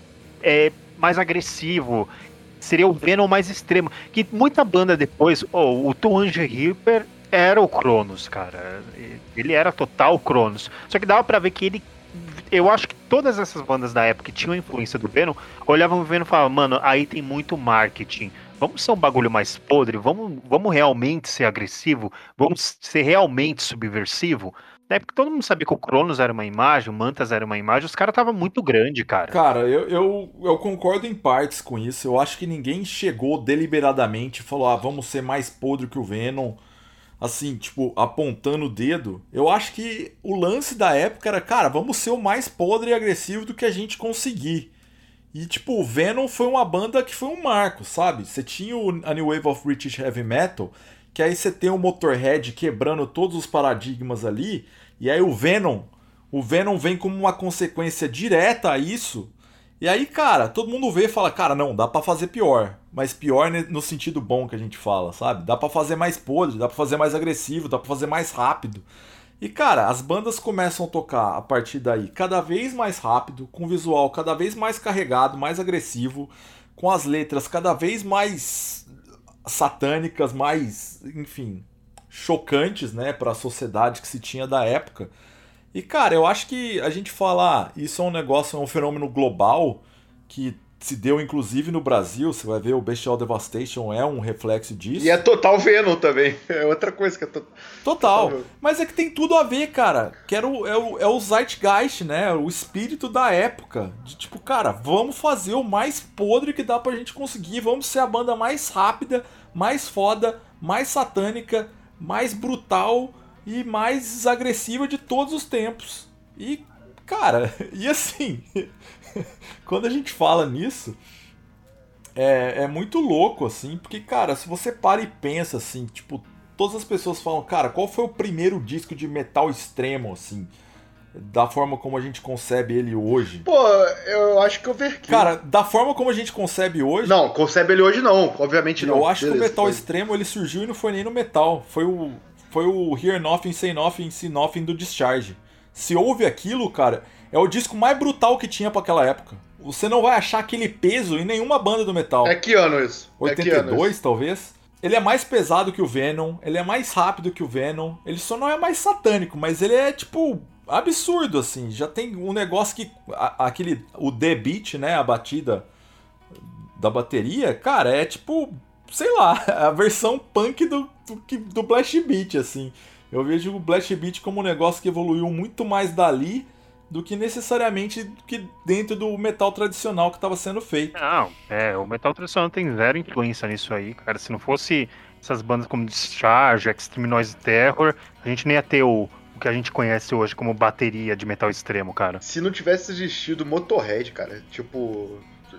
mais agressivo. Seria o Venom mais extremo. Que muita banda depois, o Two Angel Reaper era o Cronos, cara. Ele era total Cronos. Só que dava pra ver que ele... Eu acho que todas essas bandas da época que tinham a influência do Venom, olhavam o Venom e falavam, mano, aí tem muito marketing. Vamos ser um bagulho mais podre? Vamos realmente ser agressivo? Vamos ser realmente subversivo? Né? Porque todo mundo sabia que o Cronos era uma imagem, o Mantas era uma imagem, os caras estavam muito grande, cara. Cara, eu concordo em partes com isso. Eu acho que ninguém chegou deliberadamente e falou, vamos ser mais podre que o Venom. Assim, apontando o dedo. Eu acho que o lance da época era, cara, vamos ser o mais podre e agressivo do que a gente conseguir. E, o Venom foi uma banda que foi um marco, sabe? Você tinha a New Wave of British Heavy Metal, que aí você tem o Motorhead quebrando todos os paradigmas ali, e aí o Venom vem como uma consequência direta a isso. E aí, cara, todo mundo vê e fala, cara, não, dá pra fazer pior. Mas pior no sentido bom que a gente fala, sabe? Dá pra fazer mais podre, dá pra fazer mais agressivo, dá pra fazer mais rápido. E, cara, as bandas começam a tocar a partir daí cada vez mais rápido, com visual cada vez mais carregado, mais agressivo, com as letras cada vez mais satânicas, mais, enfim, chocantes, né, pra sociedade que se tinha da época. E, cara, eu acho que a gente fala, isso é um negócio, é um fenômeno global que se deu inclusive no Brasil. Você vai ver o Bestial Devastation é um reflexo disso. E é total Venom também. É outra coisa que é total. Mas é que tem tudo a ver, cara. Que é o Zeitgeist, né? O espírito da época. De cara, vamos fazer o mais podre que dá pra gente conseguir. Vamos ser a banda mais rápida, mais foda, mais satânica, mais brutal e mais agressiva de todos os tempos. E, cara, e assim, quando a gente fala nisso, é muito louco, assim, porque, cara, se você para e pensa, assim, todas as pessoas falam, cara, qual foi o primeiro disco de metal extremo, assim, da forma como a gente concebe ele hoje? Pô, eu acho que eu vi. Cara, da forma como a gente concebe hoje... Não, concebe ele hoje não, obviamente não. Eu acho que o metal extremo, ele surgiu e não foi nem no metal, foi o Hear Nothing, Say Nothing, See Nothing do Discharge. Se ouve aquilo, cara, é o disco mais brutal que tinha pra aquela época. Você não vai achar aquele peso em nenhuma banda do metal. É que ano isso? 82, talvez? Ele é mais pesado que o Venom, ele é mais rápido que o Venom, ele só não é mais satânico, mas ele é, absurdo, assim. Já tem um negócio que... o D-beat, né, a batida da bateria, cara, é tipo, sei lá, a versão punk do Blast Beat, assim. Eu vejo o Blast Beat como um negócio que evoluiu muito mais dali do que necessariamente que dentro do metal tradicional que estava sendo feito. Não, o metal tradicional tem zero influência nisso aí, cara. Se não fosse essas bandas como Discharge, Extreme Noise Terror, a gente nem ia ter o que a gente conhece hoje como bateria de metal extremo, cara. Se não tivesse existido Motorhead, cara, tipo...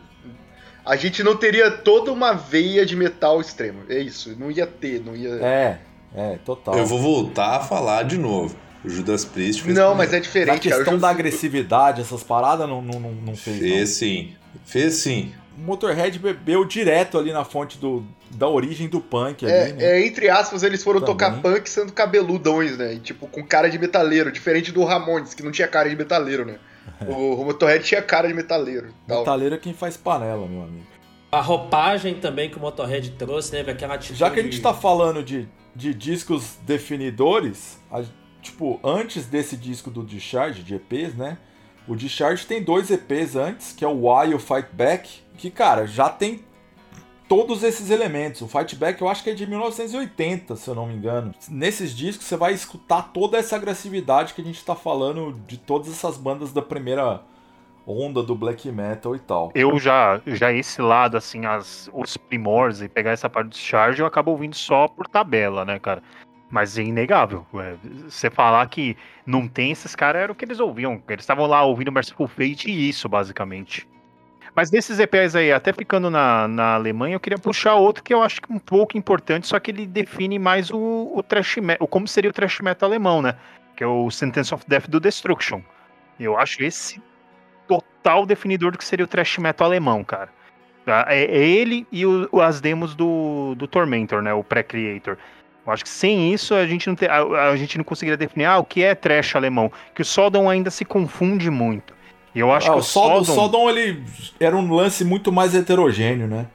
A gente não teria toda uma veia de metal extremo. É isso, não ia ter, não ia... Total. Eu vou voltar a falar de novo. O Judas Priest fez... Não, mas é diferente, Na questão cara. da agressividade, essas paradas não fez. Fez sim. Fez sim. O Motorhead bebeu direto ali na fonte da origem do punk ali, né? Entre aspas, eles foram Também. tocar punk sendo cabeludões, né? E, tipo, com cara de metaleiro, diferente do Ramones, que não tinha cara de metaleiro, né? O Motorhead tinha cara de metaleiro. Tal. Metaleiro é quem faz panela, meu amigo. A roupagem também que o Motorhead trouxe, teve aquela atitude... Já que a gente tá falando de discos definidores, tipo, antes desse disco do Discharge, de EPs, né? O Discharge tem 2 EPs antes, que é o Why e o Fight Back, que, cara, já tem todos esses elementos. O Fight Back eu acho que é de 1980, se eu não me engano. Nesses discos você vai escutar toda essa agressividade que a gente tá falando de todas essas bandas da primeira onda do black metal e tal. Eu já esse lado, assim, os primórdios e pegar essa parte do Discharge, eu acabo ouvindo só por tabela, né, cara? Mas é inegável. Você falar que não tem esses caras, era o que eles ouviam. Eles estavam lá ouvindo Merciful Fate e isso, basicamente. Mas desses EPs aí, até ficando na Alemanha, eu queria puxar outro que eu acho que é um pouco importante, só que ele define mais o thrash metal, como seria o thrash metal alemão, né? Que é o Sentence of Death do Destruction. Eu acho esse total definidor do que seria o thrash metal alemão, cara. É ele e as demos do Tormentor, né? O Pre-Creator. Eu acho que sem isso a gente não conseguiria definir o que é thrash alemão. Que o Sodom ainda se confunde muito. E eu acho que o Sodom ele era um lance muito mais heterogêneo, né?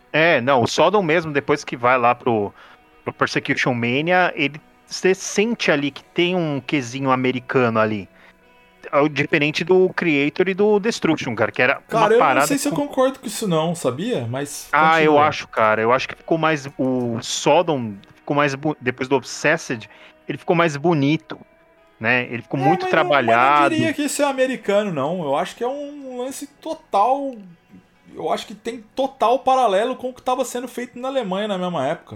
O Sodom mesmo, depois que vai lá pro Persecution Mania, você sente ali que tem um quesinho americano ali. Diferente do Creator e do Destruction, cara, que era uma parada... Cara, eu não sei se eu concordo com isso não, sabia? Mas... continua. Eu acho, cara, eu acho que ficou mais... O Sodom ficou mais... Depois do Obsessed, ele ficou mais bonito, né? Ele ficou muito trabalhado. Eu não diria que isso é americano, não. Eu acho que é um lance total... Eu acho que tem total paralelo com o que estava sendo feito na Alemanha na mesma época.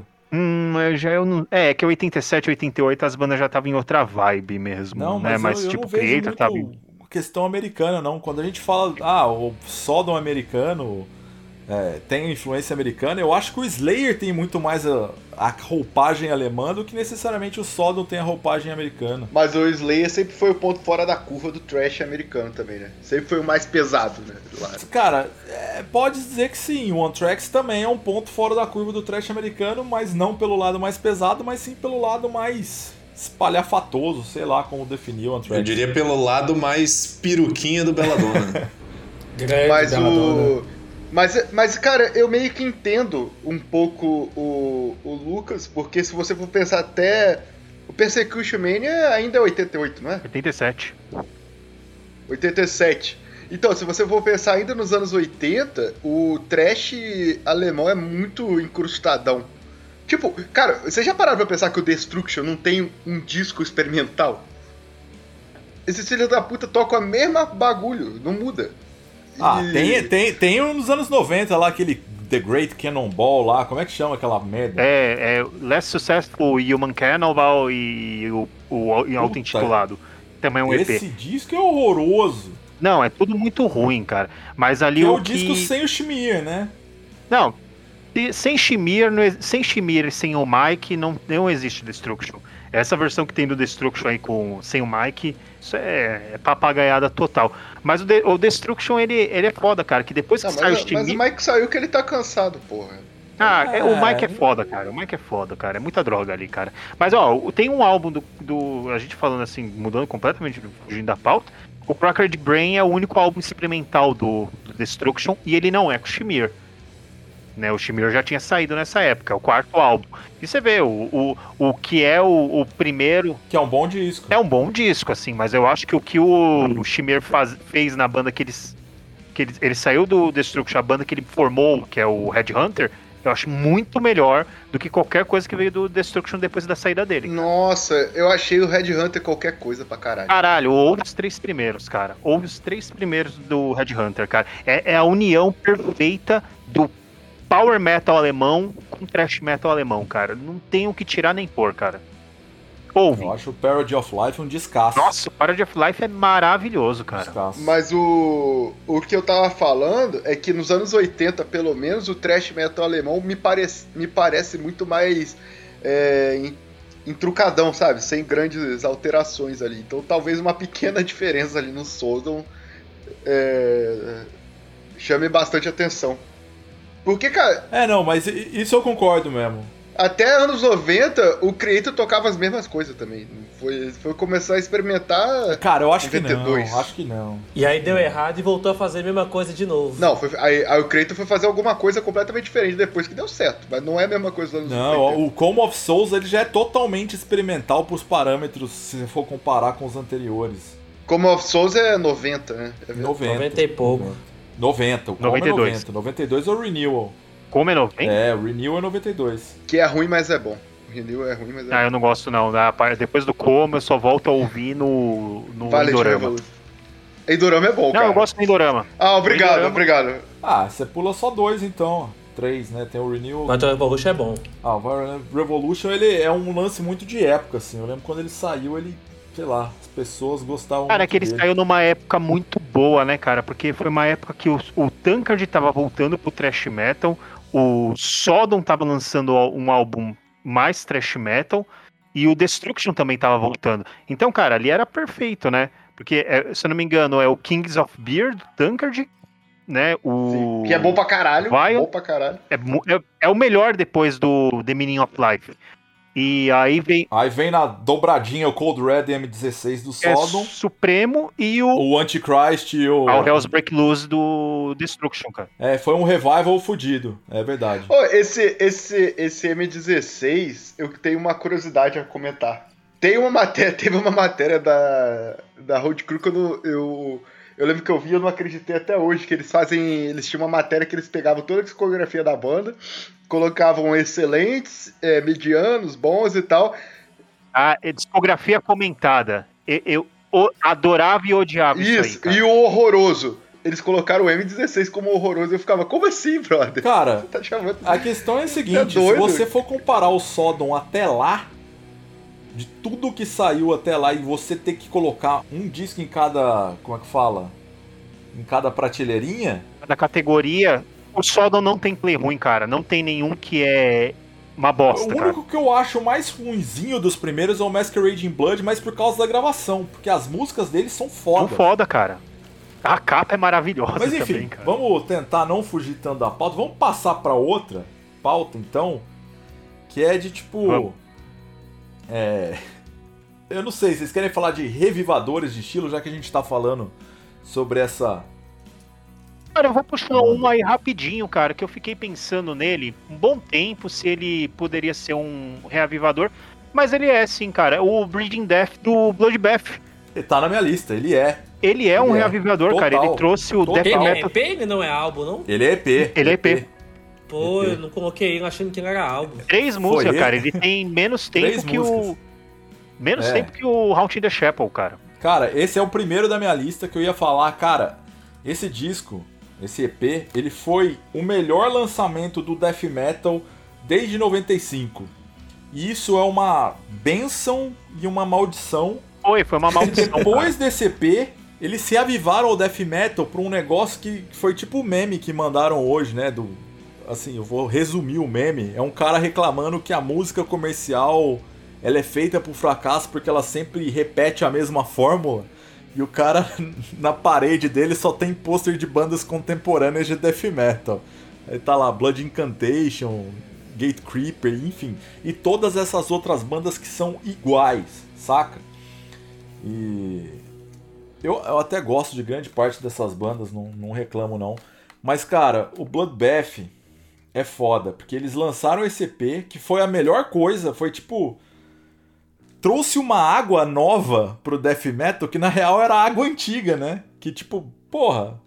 Eu não... É que 87, 88 as bandas já estavam em outra vibe mesmo, não, né? Mas eu tipo, não vejo Creator muito tava... questão americana, não. Quando a gente fala, o Sodom americano tem influência americana, eu acho que o Slayer tem muito mais a roupagem alemã do que necessariamente o Sodom tem a roupagem americana. Mas o Slayer sempre foi o ponto fora da curva do thrash americano também, né? Sempre foi o mais pesado, né? Cara, pode dizer que sim, o Anthrax também é um ponto fora da curva do thrash americano, mas não pelo lado mais pesado, mas sim pelo lado mais espalhafatoso, sei lá como definir o Anthrax. Eu diria pelo lado mais peruquinha do Belladonna. Mas Mas, cara, eu meio que entendo um pouco o Lucas, porque se você for pensar até... O Persecution Mania ainda é 88, não é? 87. 87. Então, se você for pensar ainda nos anos 80, o trash alemão é muito incrustadão. Tipo, cara, você já pararam pra pensar que o Destruction não tem um disco experimental? Esses filhos da puta tocam a mesma bagulho, não muda. Tem nos anos 90 lá, aquele The Great Cannonball lá, como é que chama aquela merda? Less Successful Human Cannonball e o auto-intitulado. Também é um EP. Esse disco é horroroso. Não, é tudo muito ruim, cara. Mas ali o disco sem o Schmier, né? Não, sem Schmier e sem o Mike não existe Destruction. Essa versão que tem do Destruction aí sem o Mike, isso é papagaiada total. Mas o Destruction, ele é foda, cara, que depois que saiu o Schmier... Mas o Mike saiu que ele tá cansado, porra. O Mike é foda, cara. O Mike é foda, cara. É muita droga ali, cara. Mas, tem um álbum do a gente falando assim, mudando completamente, fugindo da pauta. O Cracked Brain é o único álbum experimental do Destruction e ele não é com o Schmier. Né, o Schmier já tinha saído nessa época, é o 4º álbum. E você vê, o que é o primeiro... Que é um bom disco. É um bom disco, assim, mas eu acho que o que o Schmier fez na banda que eles que ele saiu do Destruction, a banda que ele formou, que é o Headhunter, eu acho muito melhor do que qualquer coisa que veio do Destruction depois da saída dele. Nossa, eu achei o Headhunter qualquer coisa pra caralho. Caralho, ouve os 3 primeiros, cara. Ouve os 3 primeiros do Headhunter, cara. É a união perfeita do power metal alemão com thrash metal alemão, cara. Não tem o que tirar nem pôr, cara. Ouve. Eu acho o Parody of Life um descasso. Nossa, o Parody of Life é maravilhoso, cara. Descasso. Mas o que eu tava falando é que nos anos 80, pelo menos, o thrash metal alemão me parece muito mais entrucadão, sabe? Sem grandes alterações ali. Então talvez uma pequena diferença ali no Sodom chame bastante atenção. Porque, cara... Não, mas isso eu concordo mesmo. Até anos 90, o Creator tocava as mesmas coisas também. Foi começar a experimentar. Cara, eu acho 92. que não. Acho que não. E aí deu errado e voltou a fazer a mesma coisa de novo. Não, aí o Creator foi fazer alguma coisa completamente diferente depois que deu certo. Mas não é a mesma coisa dos anos 90. Não, o Come of Souls ele já é totalmente experimental pros parâmetros, se você for comparar com os anteriores. Come of Souls é 90, né? 90 e pouco. 90, o Come 92. é 90. 92 é o Renewal. Como é 90? O Renewal é 92. Que é ruim, mas é bom. O Renewal é ruim, mas é bom. Eu não gosto não. Depois do Como, eu só volto a ouvir no Vale de Endorama. Revolution. Endorama é bom, Não, cara. eu gosto do Endorama. Obrigado, Endorama. obrigado. Você pula só 2 então. 3, né? Tem o Renewal. Mas o Revolution é bom. O Violent Revolution ele é um lance muito de época, assim. Eu lembro quando ele saiu, sei lá, as pessoas gostavam Cara, é muito que ele dele. saiu numa época muito boa, né, cara? Porque foi uma época que o Tankard tava voltando pro thrash metal, o Sodom tava lançando um álbum mais thrash metal e o Destruction também tava voltando. Então, cara, ali era perfeito, né? Porque, se eu não me engano, é o Kings of Beer do Tankard, né? Sim, que é bom pra caralho. Bom pra caralho. É o melhor depois do The Meaning of Life. E aí vem... Aí vem na dobradinha o Cold Red M16 do Sodom. Supremo e O Antichrist e o... o Hell's Break Loose do Destruction, cara. Foi um revival fudido, é verdade. Esse M16, eu tenho uma curiosidade a comentar. Teve uma matéria da Road Crew que eu lembro que eu vi, eu não acreditei até hoje, que eles tinham uma matéria que eles pegavam toda a discografia da banda, colocavam excelentes, medianos, bons e tal. A discografia comentada. Eu adorava e odiava isso aí, cara. E o horroroso. Eles colocaram o M16 como horroroso. Eu ficava, como assim, brother? Cara, Você tá chamando... a questão é a seguinte, doido? se você for comparar o Sodom até lá, de tudo que saiu até lá, e você ter que colocar um disco em cada, como é que fala? Em cada prateleirinha... Da categoria, o Sodom não tem play ruim, cara. Não tem nenhum que é uma bosta, O cara. único que eu acho mais ruinzinho dos primeiros é o Masquerade in Blood, mas por causa da gravação, porque as músicas deles são foda. Tão foda, cara. A capa é maravilhosa Mas enfim, também, cara. vamos tentar não fugir tanto da pauta. Vamos passar pra outra pauta, então, que é de tipo... Vamos. Eu não sei, vocês querem falar de revivadores de estilo, já que a gente tá falando sobre essa... Cara, eu vou puxar um aí rapidinho, cara, que eu fiquei pensando nele um bom tempo, se ele poderia ser um reavivador. Mas ele é sim, cara. O Breeding Death do Bloodbath. Ele tá na minha lista, ele é. Ele é um Ele é. reavivador, Total. cara. Ele trouxe o Total. Death Ele é Metal. EP, ele não é álbum, não? Ele é EP. Ele é EP. Pô, EP. eu não coloquei ele achando que ele era álbum. 3 músicas, ele? cara. Ele tem menos Três tempo que músicas. o... Menos É. tempo que o Haunting the Chapel, cara. Cara, esse é o primeiro da minha lista que eu ia falar. Cara, esse disco, esse EP, ele foi o melhor lançamento do Death Metal desde 95. E isso é uma bênção e uma maldição. Foi uma maldição. Depois desse EP, eles se avivaram ao Death Metal pra um negócio que foi tipo o meme que mandaram hoje, né? Assim, eu vou resumir o meme. É um cara reclamando que a música comercial ela é feita pro fracasso porque ela sempre repete a mesma fórmula. E o cara, na parede dele, só tem pôster de bandas contemporâneas de Death Metal. Aí tá lá, Blood Incantation, Gate Creeper, enfim. E todas essas outras bandas que são iguais, saca? E eu até gosto de grande parte dessas bandas, não reclamo não. Mas, cara, o Bloodbath é foda, porque eles lançaram esse EP, que foi a melhor coisa, foi tipo... Trouxe uma água nova pro Death Metal, que na real era água antiga, né? Que tipo, porra,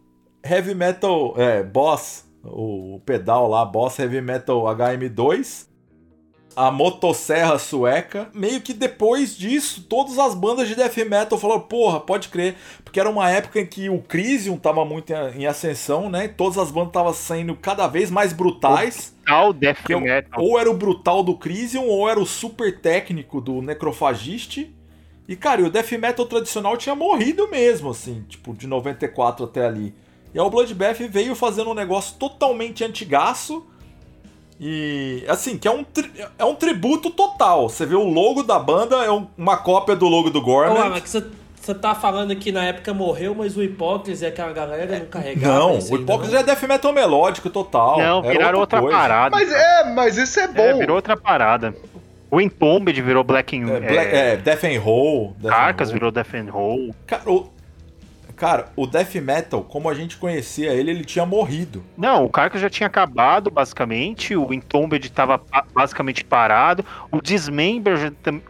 Heavy Metal Boss, o pedal lá, Boss Heavy Metal HM2, a motosserra sueca. Meio que depois disso, todas as bandas de death metal falaram, porra, pode crer, porque era uma época em que o Crisium tava muito em ascensão, né? Todas as bandas estavam saindo cada vez mais brutais. Death metal. Ou era o brutal do Crisium, ou era o super técnico do Necrophagist. E, cara, o death metal tradicional tinha morrido mesmo, assim, tipo, de 94 até ali. E aí o Bloodbath veio fazendo um negócio totalmente antigaço. E, assim, que é um tributo total. Você vê o logo da banda, é uma cópia do logo do Gorman. Mas você tá falando que na época morreu, mas o Hipócrise e aquela galera não carregava. Não, o Hipócrise é death metal melódico total. Não, viraram outra parada. Mas isso é bom. Virou outra parada. O Entombed virou Death and Hole. Carcass virou Death and Hole. Cara, o death metal, como a gente conhecia ele tinha morrido. Não, o Carcass já tinha acabado, basicamente. O Entombed tava basicamente parado. O Dismember,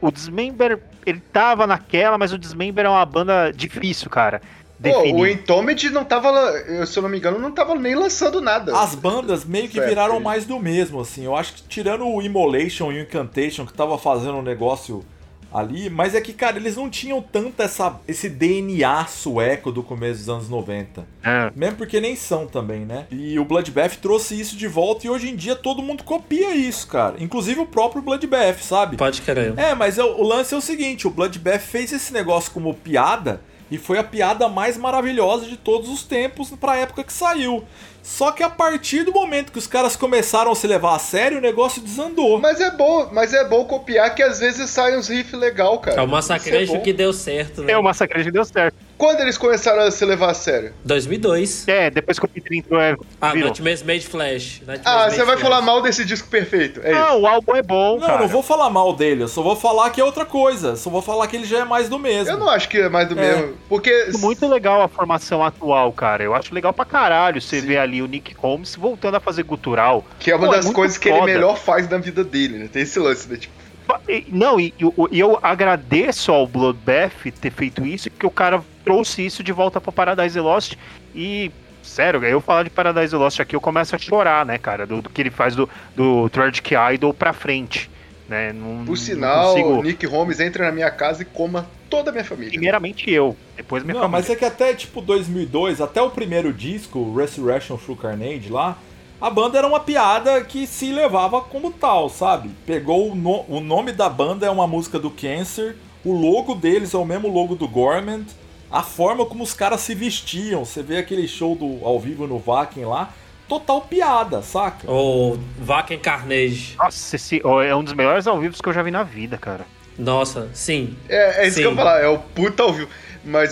ele tava naquela, mas o Dismember é uma banda difícil, cara. O Entombed não tava, se eu não me engano, não tava nem lançando nada. As bandas meio que viraram mais do mesmo, assim. Eu acho que tirando o Immolation e o Incantation, que tava fazendo um negócio ali, mas é que, cara, eles não tinham tanto esse DNA sueco do começo dos anos 90. Mesmo porque nem são também, né? E o Bloodbath trouxe isso de volta e hoje em dia todo mundo copia isso, cara. Inclusive o próprio Bloodbath, sabe? Pode querer. Mas o lance é o seguinte, o Bloodbath fez esse negócio como piada e foi a piada mais maravilhosa de todos os tempos pra época que saiu. Só que a partir do momento que os caras começaram a se levar a sério, o negócio desandou. Mas é bom copiar que às vezes sai uns riffs legal, cara. É o Massacration que deu certo, né? É o Massacration que deu certo. Quando eles começaram a se levar a sério? 2002. Depois que o Peter entrou, Nightmares Made Flash. Você vai falar mal desse disco perfeito, é isso? Não, o álbum é bom, cara. Não vou falar mal dele, eu só vou falar que é outra coisa. Só vou falar que ele já é mais do mesmo. Eu não acho que é mais do mesmo, porque... Muito legal a formação atual, cara. Eu acho legal pra caralho você ver ali o Nick Holmes voltando a fazer gutural. Que é uma das coisas que ele melhor faz na vida dele, né? Tem esse lance, né? Tipo... Não, e eu agradeço ao Bloodbath ter feito isso, porque o cara trouxe isso de volta pra Paradise Lost. E, sério, eu falar de Paradise Lost aqui, eu começo a chorar, né, cara? Do que ele faz do Tragic Idol pra frente. Né? Por sinal, Nick Holmes entra na minha casa e coma toda a minha família. Primeiramente eu, depois minha família. Mas é que até tipo 2002, até o primeiro disco, Resurrection Through Carnage lá, a banda era uma piada que se levava como tal, sabe? Pegou o nome da banda é uma música do Cancer, o logo deles é o mesmo logo do Gorman, a forma como os caras se vestiam, você vê aquele show ao vivo no Wacken lá, total piada, saca? O Wacken Carnage. Nossa, é um dos melhores ao vivo que eu já vi na vida, cara. Nossa, sim. É isso que eu ia falar, é o puta ao vivo. Mas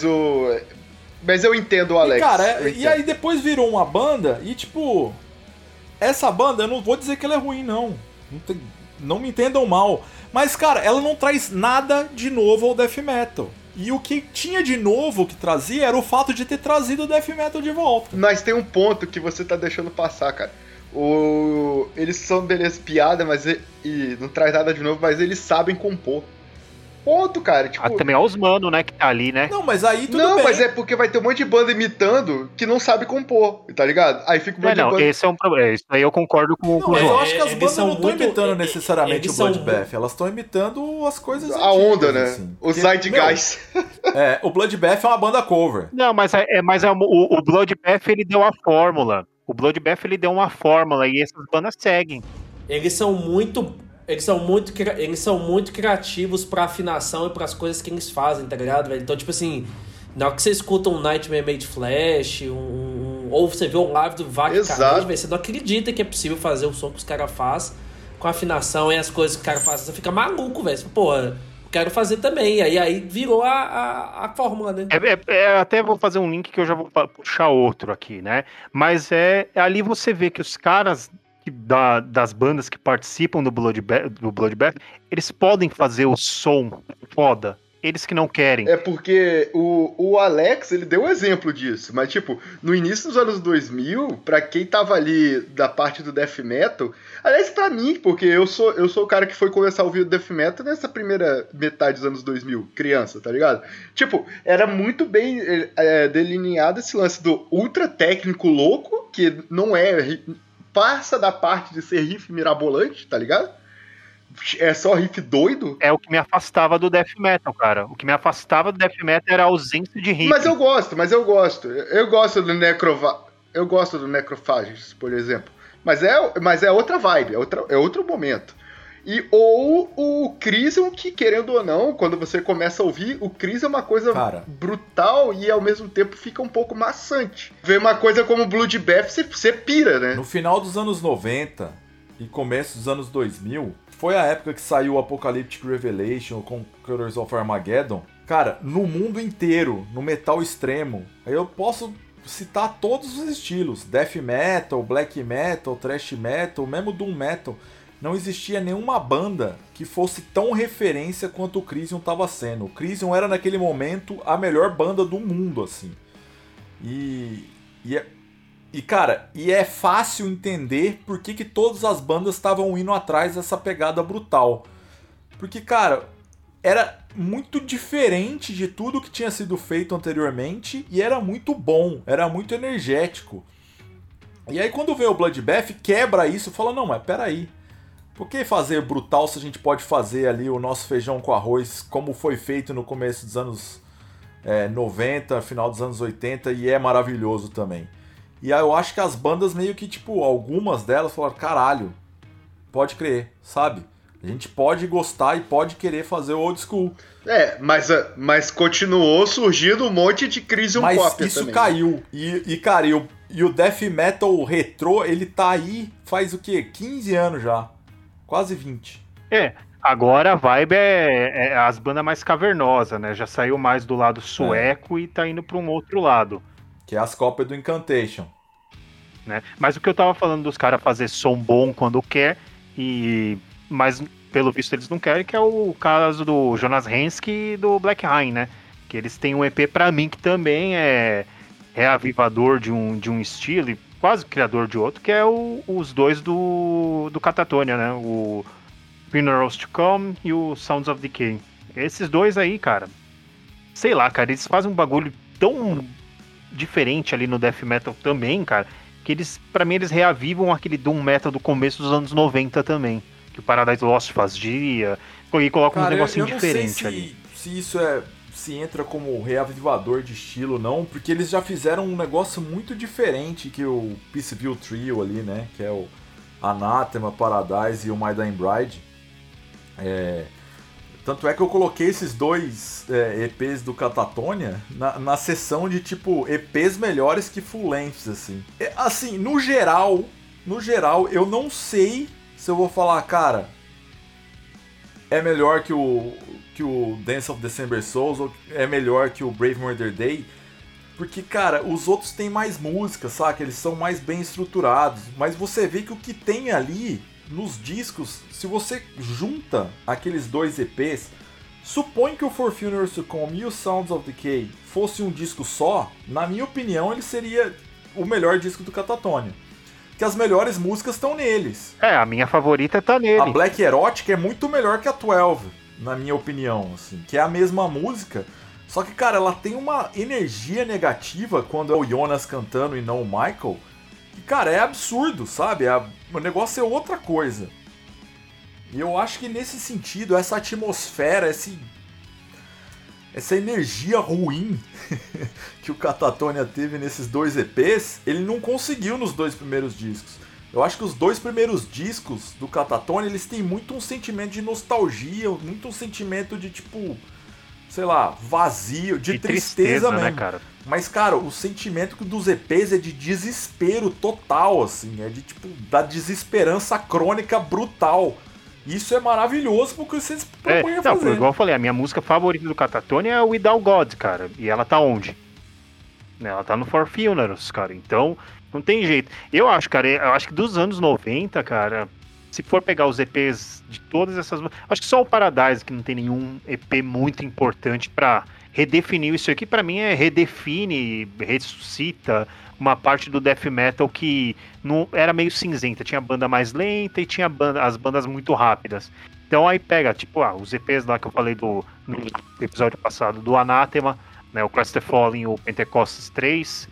eu entendo o Alex. E, cara, e aí depois virou uma banda e, tipo... Essa banda, eu não vou dizer que ela é ruim, não. Não me entendam mal. Mas, cara, ela não traz nada de novo ao death metal. E o que tinha de novo que trazia era o fato de ter trazido o death metal de volta. Mas tem um ponto que você tá deixando passar, cara. Eles são, beleza, piada, mas e não traz nada de novo, mas eles sabem compor. Ponto, cara. Tipo... também é os mano, né, que tá ali, né? Não, mas aí tudo bem. Não, mas é porque vai ter um monte de banda imitando que não sabe compor, tá ligado? Aí fica um monte de banda... esse é um problema. Isso aí eu concordo com o João. Mas eu acho que as bandas não estão imitando necessariamente o Bloodbath. Elas estão imitando as coisas a antigas, onda, né? Assim. O Zeitgeist. O Bloodbath é uma banda cover. Não, mas o Bloodbath, ele deu a fórmula. O Bloodbath, ele deu uma fórmula e essas bandas seguem. Eles são muito criativos pra afinação e pras coisas que eles fazem, tá ligado, velho? Então, tipo assim, na hora que você escuta um Nightmare Made Flash, ou você vê o live do Wacken Carnage, você não acredita que é possível fazer o som que os caras fazem com a afinação e as coisas que o cara faz. Você fica maluco, velho. Porra, quero fazer também. E aí virou a fórmula, né? Até vou fazer um link que eu já vou puxar outro aqui, né? Mas ali você vê que os caras... das bandas que participam do Bloodbath, eles podem fazer o som foda. eles que não querem? É porque o Alex, ele deu um exemplo disso, mas tipo, no início dos anos 2000, pra quem tava ali da parte do death metal, aliás, pra mim, porque eu sou o cara que foi começar a ouvir o death metal nessa primeira metade dos anos 2000, criança, tá ligado? Tipo, era muito bem delineado esse lance do ultra técnico louco, que não passa da parte de ser riff mirabolante, tá ligado? É só riff doido. É o que me afastava do death metal, cara. O que me afastava do death metal era a ausência de riff. Mas eu gosto. Eu gosto do Necrophagus, por exemplo. Mas é outra vibe, é outro momento. Ou o Crisium, que querendo ou não, quando você começa a ouvir, o Crisium é uma coisa brutal e ao mesmo tempo fica um pouco maçante. Ver uma coisa como Bloodbath, você pira, né? No final dos anos 90 e começo dos anos 2000, foi a época que saiu o Apocalyptic Revelation, Conquerors of Armageddon. Cara, no mundo inteiro, no metal extremo, eu posso citar todos os estilos. Death metal, black metal, thrash metal, mesmo doom metal. Não existia nenhuma banda que fosse tão referência quanto o Crisium estava sendo. O Crisium era naquele momento a melhor banda do mundo, assim. Cara, é fácil entender por que todas as bandas estavam indo atrás dessa pegada brutal. Porque, cara, era muito diferente de tudo que tinha sido feito anteriormente e era muito bom, era muito energético. E aí quando vem o Bloodbath, quebra isso e fala, não, mas peraí, por que fazer brutal se a gente pode fazer ali o nosso feijão com arroz como foi feito no começo dos anos 90, final dos anos 80 e é maravilhoso também. E aí eu acho que as bandas meio que, tipo, algumas delas falaram, caralho, pode crer, sabe? A gente pode gostar e pode querer fazer o old school. Mas continuou surgindo um monte de Crisium Cópia também. Mas isso caiu. Cara, e o death metal retrô, ele tá aí faz o quê? 15 anos já. Quase 20. Agora a vibe é as bandas mais cavernosas, né? Já saiu mais do lado sueco e tá indo pra um outro lado. Que é as cópias do Incantation. Né? Mas o que eu tava falando dos caras fazer som bom quando quer, mas pelo visto eles não querem, que é o caso do Jonas Henske e do Black Rain, né? Que eles têm um EP pra mim que também é reavivador de um estilo e quase criador de outro, que é os dois do Catatonia, né? O Funerals to Come e o Sounds of Decay. Esses dois aí, cara, sei lá, cara, eles fazem um bagulho tão diferente ali no death metal também, cara, que eles, pra mim, eles reavivam aquele doom metal do começo dos anos 90 também, que o Paradise Lost fazia, e colocam um negocinho diferente ali. Se isso se entra como reavivador de estilo, não, porque eles já fizeram um negócio muito diferente que o Peaceville Trio ali, né, que é o Anathema, Paradise e o My Dying Bride. Tanto é que eu coloquei esses dois EPs do Catatonia na seção de, tipo, EPs melhores que full lengths, assim. Assim, no geral, eu não sei se eu vou falar, cara, é melhor que o Dance of December Souls ou é melhor que o Brave Murder Day, porque, cara, os outros têm mais música, saca? Eles são mais bem estruturados, mas você vê que o que tem ali nos discos, se você junta aqueles dois EPs, supõe que o For Funerals to Come e o Sounds of Decay fosse um disco só, na minha opinião ele seria o melhor disco do Catatonia, que as melhores músicas estão neles. A minha favorita tá nele. A Black Erotic é muito melhor que a 12, na minha opinião, assim, que é a mesma música, só que, cara, ela tem uma energia negativa quando é o Jonas cantando e não o Michael. E, cara, é absurdo, sabe? O negócio é outra coisa. E eu acho que nesse sentido, essa atmosfera, essa energia ruim que o Catatonia teve nesses dois EPs, ele não conseguiu nos dois primeiros discos. Eu acho que os dois primeiros discos do Catatonia, eles têm muito um sentimento de nostalgia, muito um sentimento de, tipo, sei lá, vazio, de tristeza mesmo. Né, cara? Mas, cara, o sentimento dos EPs é de desespero total, assim. É de, tipo, da desesperança crônica brutal. Isso é maravilhoso porque vocês propõem a fazer. Igual eu falei, a minha música favorita do Catatonia é o Without God, cara. E ela tá onde? Ela tá no For Funerals, cara. Então, não tem jeito. Eu acho, cara, que dos anos 90, cara, se for pegar os EPs de todas essas... Acho que só o Paradise, que não tem nenhum EP muito importante pra redefinir isso aqui, pra mim redefine, ressuscita uma parte do death metal que não, era meio cinzenta. Tinha banda mais lenta e tinha as bandas muito rápidas. Então aí pega, tipo, os EPs lá que eu falei no episódio passado, do Anathema, né, o Christ the Fallen, o Pentecostes 3,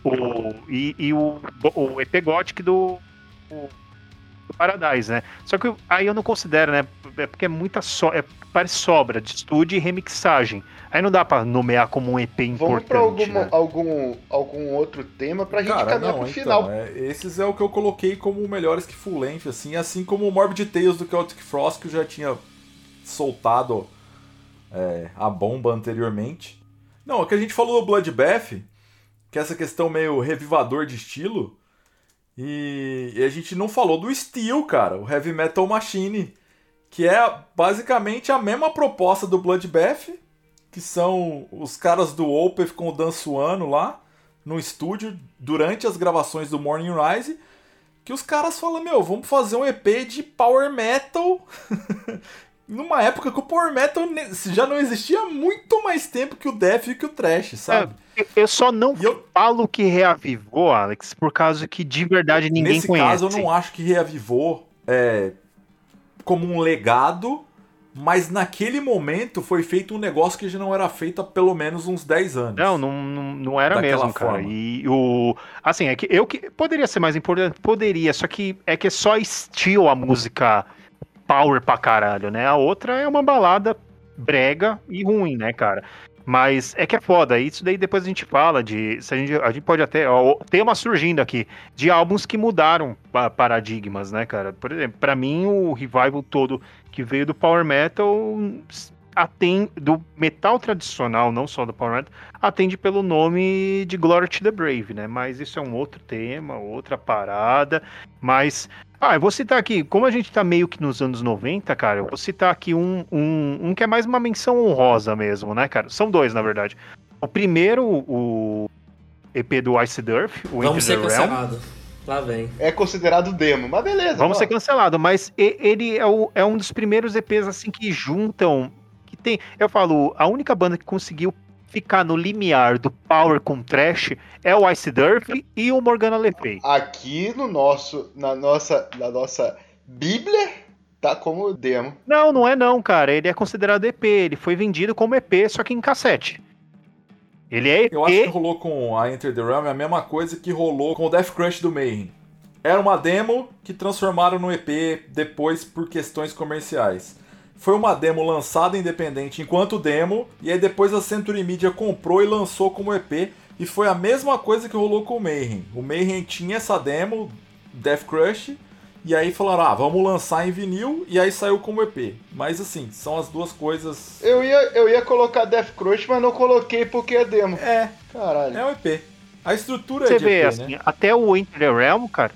o EP Gothic do Paradise, né? Só que aí eu não considero, né? É porque é muita parece sobra de estúdio e remixagem. Aí não dá pra nomear como um EP importante. Vamos pra né? algum outro tema pra gente caminhar pro final. Esses é o que eu coloquei como melhores que Full Length, assim como o Morbid Tales do Celtic Frost, que eu já tinha soltado a bomba anteriormente. Não, o que a gente falou do Bloodbath, que é essa questão meio revivador de estilo, e a gente não falou do Steel, cara, o Heavy Metal Machine, que é basicamente a mesma proposta do Bloodbath, que são os caras do Opeth com o Dan Suano lá, no estúdio, durante as gravações do Morning Rise, que os caras falam, vamos fazer um EP de Power Metal, numa época que o Power Metal já não existia há muito mais tempo que o Death e que o Thrash, sabe? Eu só não falo que reavivou, Alex, por causa que de verdade ninguém conhece. Nesse caso, eu não acho que reavivou como um legado, mas naquele momento foi feito um negócio que já não era feito há pelo menos uns 10 anos. Não era mesmo, cara. E assim, é que poderia ser mais importante, poderia, só que é só estilo a música power pra caralho, né? A outra é uma balada brega e ruim, né, cara? Mas é que é foda, isso daí depois a gente fala a gente pode até, tema surgindo aqui, de álbuns que mudaram paradigmas, né, cara? Por exemplo, pra mim o revival todo que veio do Power Metal, do metal tradicional, não só do Power Metal, atende pelo nome de Glory to the Brave, né? Mas isso é um outro tema, outra parada, mas... eu vou citar aqui, como a gente tá meio que nos anos 90, cara, eu vou citar aqui um que é mais uma menção honrosa mesmo, né, cara? São dois, na verdade. O primeiro, o EP do Ice Earth, o Vamos ser Into the Realm. cancelado. Lá vem. É considerado demo, mas beleza. Vamos ser cancelado, mas ele é um dos primeiros EPs, assim, que juntam... que tem, eu falo, a única banda que conseguiu ficar no limiar do Power com Thrash é o Ice Earth e o Morgana Le Fay. Aqui na nossa Bíblia, tá como demo. Não é não, cara. Ele é considerado EP. Ele foi vendido como EP, só que em cassete. Ele é EP. Eu acho que rolou com a Enter the Realm a mesma coisa que rolou com o Death Crush do Mayhem. Era uma demo que transformaram no EP depois por questões comerciais. Foi uma demo lançada independente enquanto demo, e aí depois a Century Media comprou e lançou como EP, e foi a mesma coisa que rolou com o Mayhem. O Mayhem tinha essa demo, Death Crush, e aí falaram, vamos lançar em vinil, e aí saiu como EP. Mas assim, são as duas coisas... Eu ia colocar Death Crush, mas não coloquei porque é demo. Caralho. É um EP. A estrutura é de vê, EP, assim, né? Até o Enter the Realm, cara,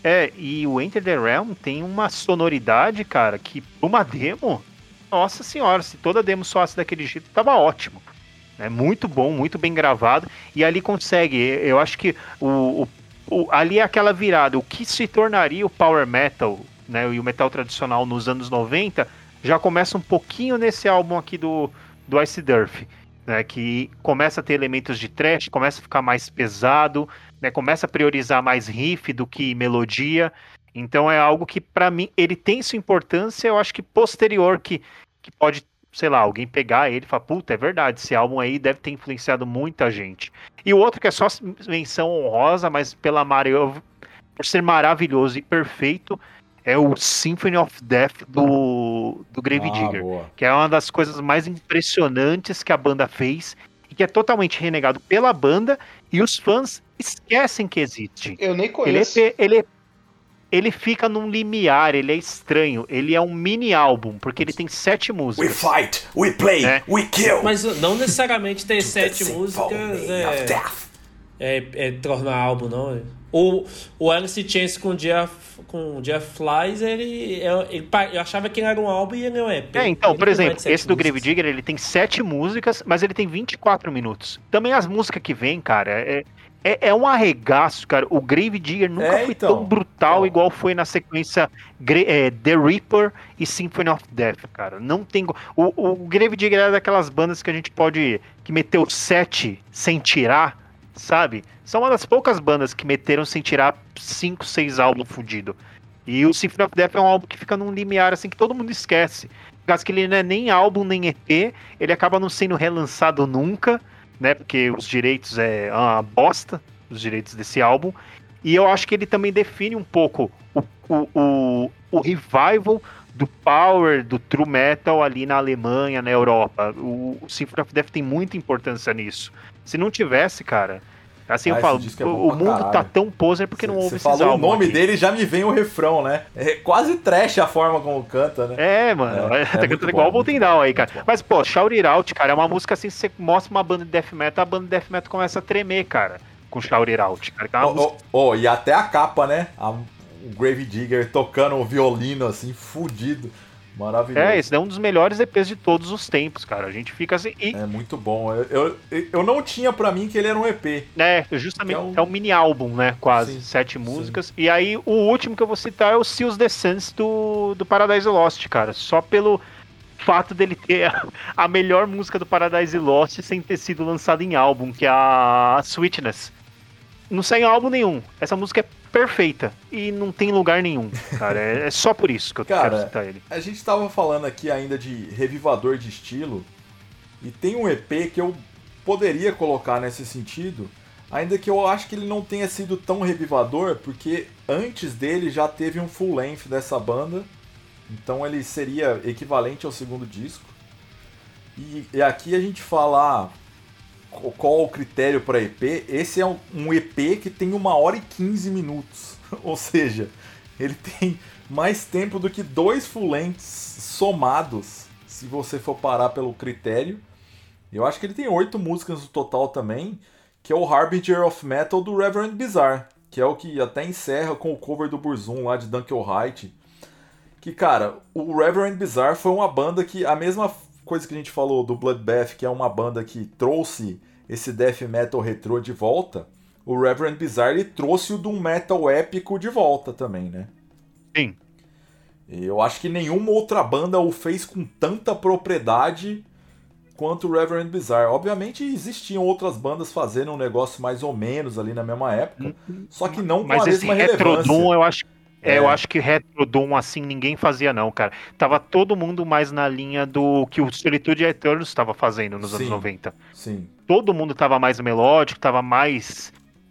e o Enter the Realm tem uma sonoridade, cara, que uma demo... Nossa senhora, se toda demo soasse daquele jeito, tava ótimo. É muito bom, muito bem gravado. E ali consegue, eu acho que ali é aquela virada. O que se tornaria o Power Metal, né, e o metal tradicional nos anos 90, já começa um pouquinho nesse álbum aqui do Ice Earth, né, que começa a ter elementos de thrash, começa a ficar mais pesado, né, começa a priorizar mais riff do que melodia. Então é algo que, pra mim, ele tem sua importância, eu acho que posterior, que pode, sei lá, alguém pegar ele e falar, puta, é verdade, esse álbum aí deve ter influenciado muita gente. E o outro que é só menção honrosa, mas por ser maravilhoso e perfeito, é o Symphony of Death do Gravedigger, que é uma das coisas mais impressionantes que a banda fez, e que é totalmente renegado pela banda, e os fãs esquecem que existe. Eu nem conheço. Ele fica num limiar, ele é estranho. Ele é um mini álbum, porque ele tem 7 músicas. We fight, we play, we kill. Mas não necessariamente ter 7 músicas é tornar álbum, não. O Alice Chance com Jeff Flies, eu achava que ele era um álbum e ele não é. Então, por exemplo, esse do Gravedigger, ele tem 7 músicas, mas ele tem 24 minutos. Também as músicas que vem, cara, é um arregaço, cara. O Gravedigger nunca foi tão brutal igual foi na sequência The Reaper e Symphony of Death, cara. Não tem... O Gravedigger é daquelas bandas que a gente pode... que meteu 7 sem tirar, sabe? São uma das poucas bandas que meteram sem tirar 5, 6 álbuns fudidos. E o Symphony of Death é um álbum que fica num limiar assim que todo mundo esquece. Por causa que ele não é nem álbum nem EP, ele acaba não sendo relançado nunca, né? Porque os direitos é uma bosta, os direitos desse álbum. E eu acho que ele também define um pouco o revival do power, do true metal ali na Alemanha, na Europa. O Symphony of Death tem muita importância nisso. Se não tivesse, cara... Assim eu falo, o mundo tá tão poser porque não ouve esses álbuns. Você falou o nome dele e já me vem o refrão, né? É quase trash a forma como canta, né? Mano, tá cantando igual o Bolton Down aí, cara. Mas, pô, Shout It Out, cara, é uma música assim, você mostra uma banda de death metal, a banda de death metal começa a tremer, cara, com Shout It Out, cara. E até a capa, né? O Gravedigger tocando um violino, assim, fudido. Maravilhoso. Esse é um dos melhores EPs de todos os tempos, cara. A gente fica assim... É muito bom. Eu não tinha pra mim que ele era um EP. Justamente. É um mini álbum, né? Quase. Sim, 7 músicas. Sim. E aí, o último que eu vou citar é o Seals the Suns do Paradise Lost, cara. Só pelo fato dele ter a melhor música do Paradise Lost sem ter sido lançada em álbum, que é a Sweetness. Não sai em álbum nenhum. Essa música é perfeita e não tem lugar nenhum, cara. É só por isso que eu quero citar ele. A gente tava falando aqui ainda de revivador de estilo e tem um EP que eu poderia colocar nesse sentido, ainda que eu acho que ele não tenha sido tão revivador, porque antes dele já teve um full length dessa banda, então ele seria equivalente ao segundo disco. E aqui a gente fala qual o critério para EP. Esse é um EP que tem 1h15 minutos. Ou seja, ele tem mais tempo do que 2 full lengths somados, se você for parar pelo critério. Eu acho que ele tem 8 músicas no total também, que é o Harbinger of Metal do Reverend Bizarre, que é o que até encerra com o cover do Burzum lá de Dunkelheit. Que, cara, o Reverend Bizarre foi uma banda que, a mesma coisa que a gente falou do Bloodbath, que é uma banda que trouxe esse death metal retrô de volta, o Reverend Bizarre ele trouxe o doom metal épico de volta também, né? Sim. Eu acho que nenhuma outra banda o fez com tanta propriedade quanto o Reverend Bizarre. Obviamente existiam outras bandas fazendo um negócio mais ou menos ali na mesma época, só que não com a mesma relevância. Doom, eu acho que Retro Doom assim ninguém fazia não, cara. Tava todo mundo mais na linha do que o Solitude Eternus estava fazendo nos anos 90. Sim. Todo mundo tava mais melódico, tava mais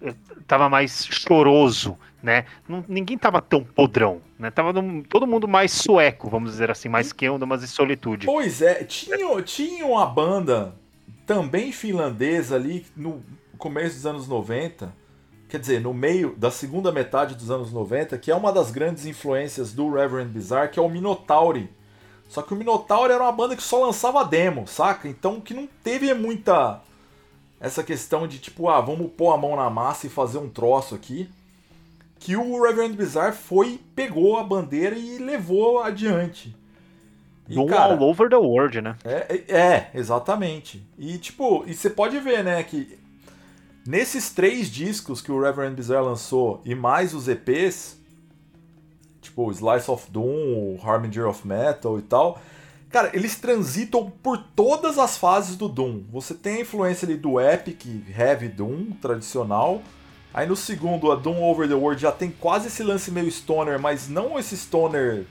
choroso, né? Ninguém tava tão podrão, né? Tava todo mundo mais sueco, vamos dizer assim, mais Candlemas e Solitude. Pois é, tinha uma banda também finlandesa ali no começo dos anos 90, quer dizer, no meio da segunda metade dos anos 90, que é uma das grandes influências do Reverend Bizarre, que é o Minotauri. Só que o Minotauri era uma banda que só lançava demo, saca? Então que não teve muita essa questão de tipo, vamos pôr a mão na massa e fazer um troço aqui. Que o Reverend Bizarre pegou a bandeira e levou adiante. E, cara, all over the world, né? Exatamente. E tipo, e você pode ver, né, que nesses 3 discos que o Reverend Bizarre lançou e mais os EPs, tipo o Slice of Doom, o Harbinger of Metal e tal, cara, eles transitam por todas as fases do Doom. Você tem a influência ali do Epic Heavy Doom tradicional. Aí no segundo, a Doom Over the World já tem quase esse lance meio stoner, mas não esse stoner,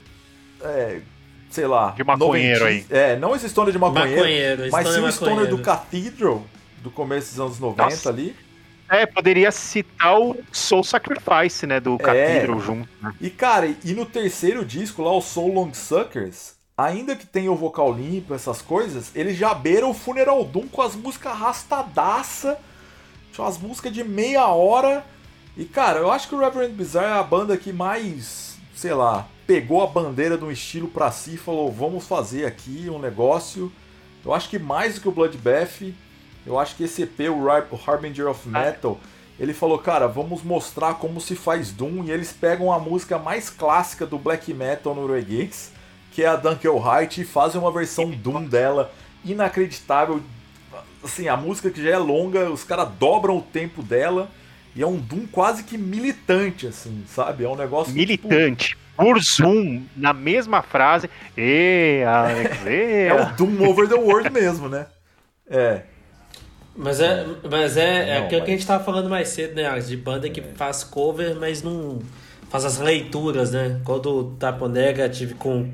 sei lá... De maconheiro aí. Não esse stoner de maconheiro mas sim o stoner do Cathedral, do começo dos anos 90 ali. Poderia citar o Soul Sacrifice, né, do Cathedral junto. Né? E, cara, e no terceiro disco lá, o Soul Long Suckers, ainda que tenha o vocal limpo, essas coisas, eles já beiram o Funeral Doom com as músicas arrastadaça, tinha umas músicas de meia hora. E, cara, eu acho que o Reverend Bizarre é a banda que mais, sei lá, pegou a bandeira de um estilo pra si e falou, vamos fazer aqui um negócio. Eu acho que mais do que o Bloodbath, eu acho que esse EP, o Harbinger of Metal, ele falou, cara, vamos mostrar como se faz Doom, e eles pegam a música mais clássica do black metal norueguês, que é a Dunkelheit, e fazem uma versão Doom dela inacreditável. Assim, a música que já é longa, os caras dobram o tempo dela, e é um Doom quase que militante, assim, sabe? É um negócio militante. Tipo... Burzum, na mesma frase. Alex, é o Doom Over the World mesmo, né? Mas é aquilo que a gente tava falando mais cedo, né, Alex? De banda que faz cover, mas não faz as leituras, né? Quando o Type O Negative com...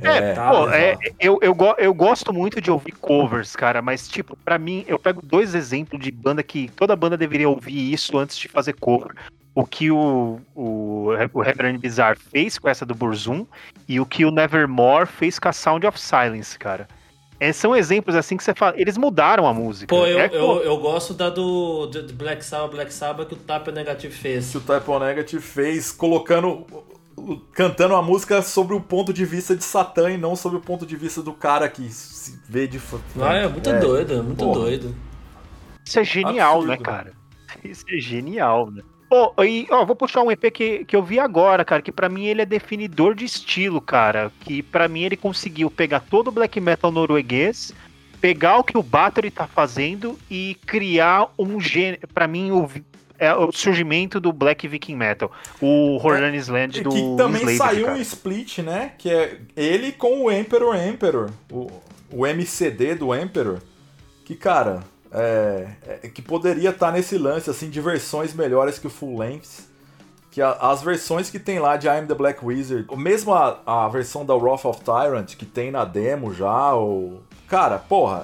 Eu gosto muito de ouvir covers, cara, mas, tipo, pra mim, eu pego 2 exemplos de banda que toda banda deveria ouvir isso antes de fazer cover. O que o Reverend Bizarre fez com essa do Burzum e o que o Nevermore fez com a Sound of Silence, cara. São exemplos assim que você fala, eles mudaram a música. Pô, eu gosto da do Black Sabbath que o Type O Negative fez. Que o Type O Negative fez, cantando a música sobre o ponto de vista de Satã e não sobre o ponto de vista do cara que se vê de frente. É muito doido, muito doido. Isso é genial, absurdo, né, cara? Isso é genial, né? Vou puxar um EP que eu vi agora, cara, que pra mim ele é definidor de estilo, cara, que pra mim ele conseguiu pegar todo o black metal norueguês, pegar o que o Bathory tá fazendo e criar um gênero, pra mim o surgimento do black viking metal, o Hordanes Land do que também Enslaved, saiu cara. Um split, né, que é ele com o Emperor, o MCD do Emperor, que, cara... que poderia estar nesse lance assim de versões melhores que o full length, que as versões que tem lá de I Am the Black Wizard, ou mesmo a versão da Wrath of Tyrant que tem na demo já, cara, porra,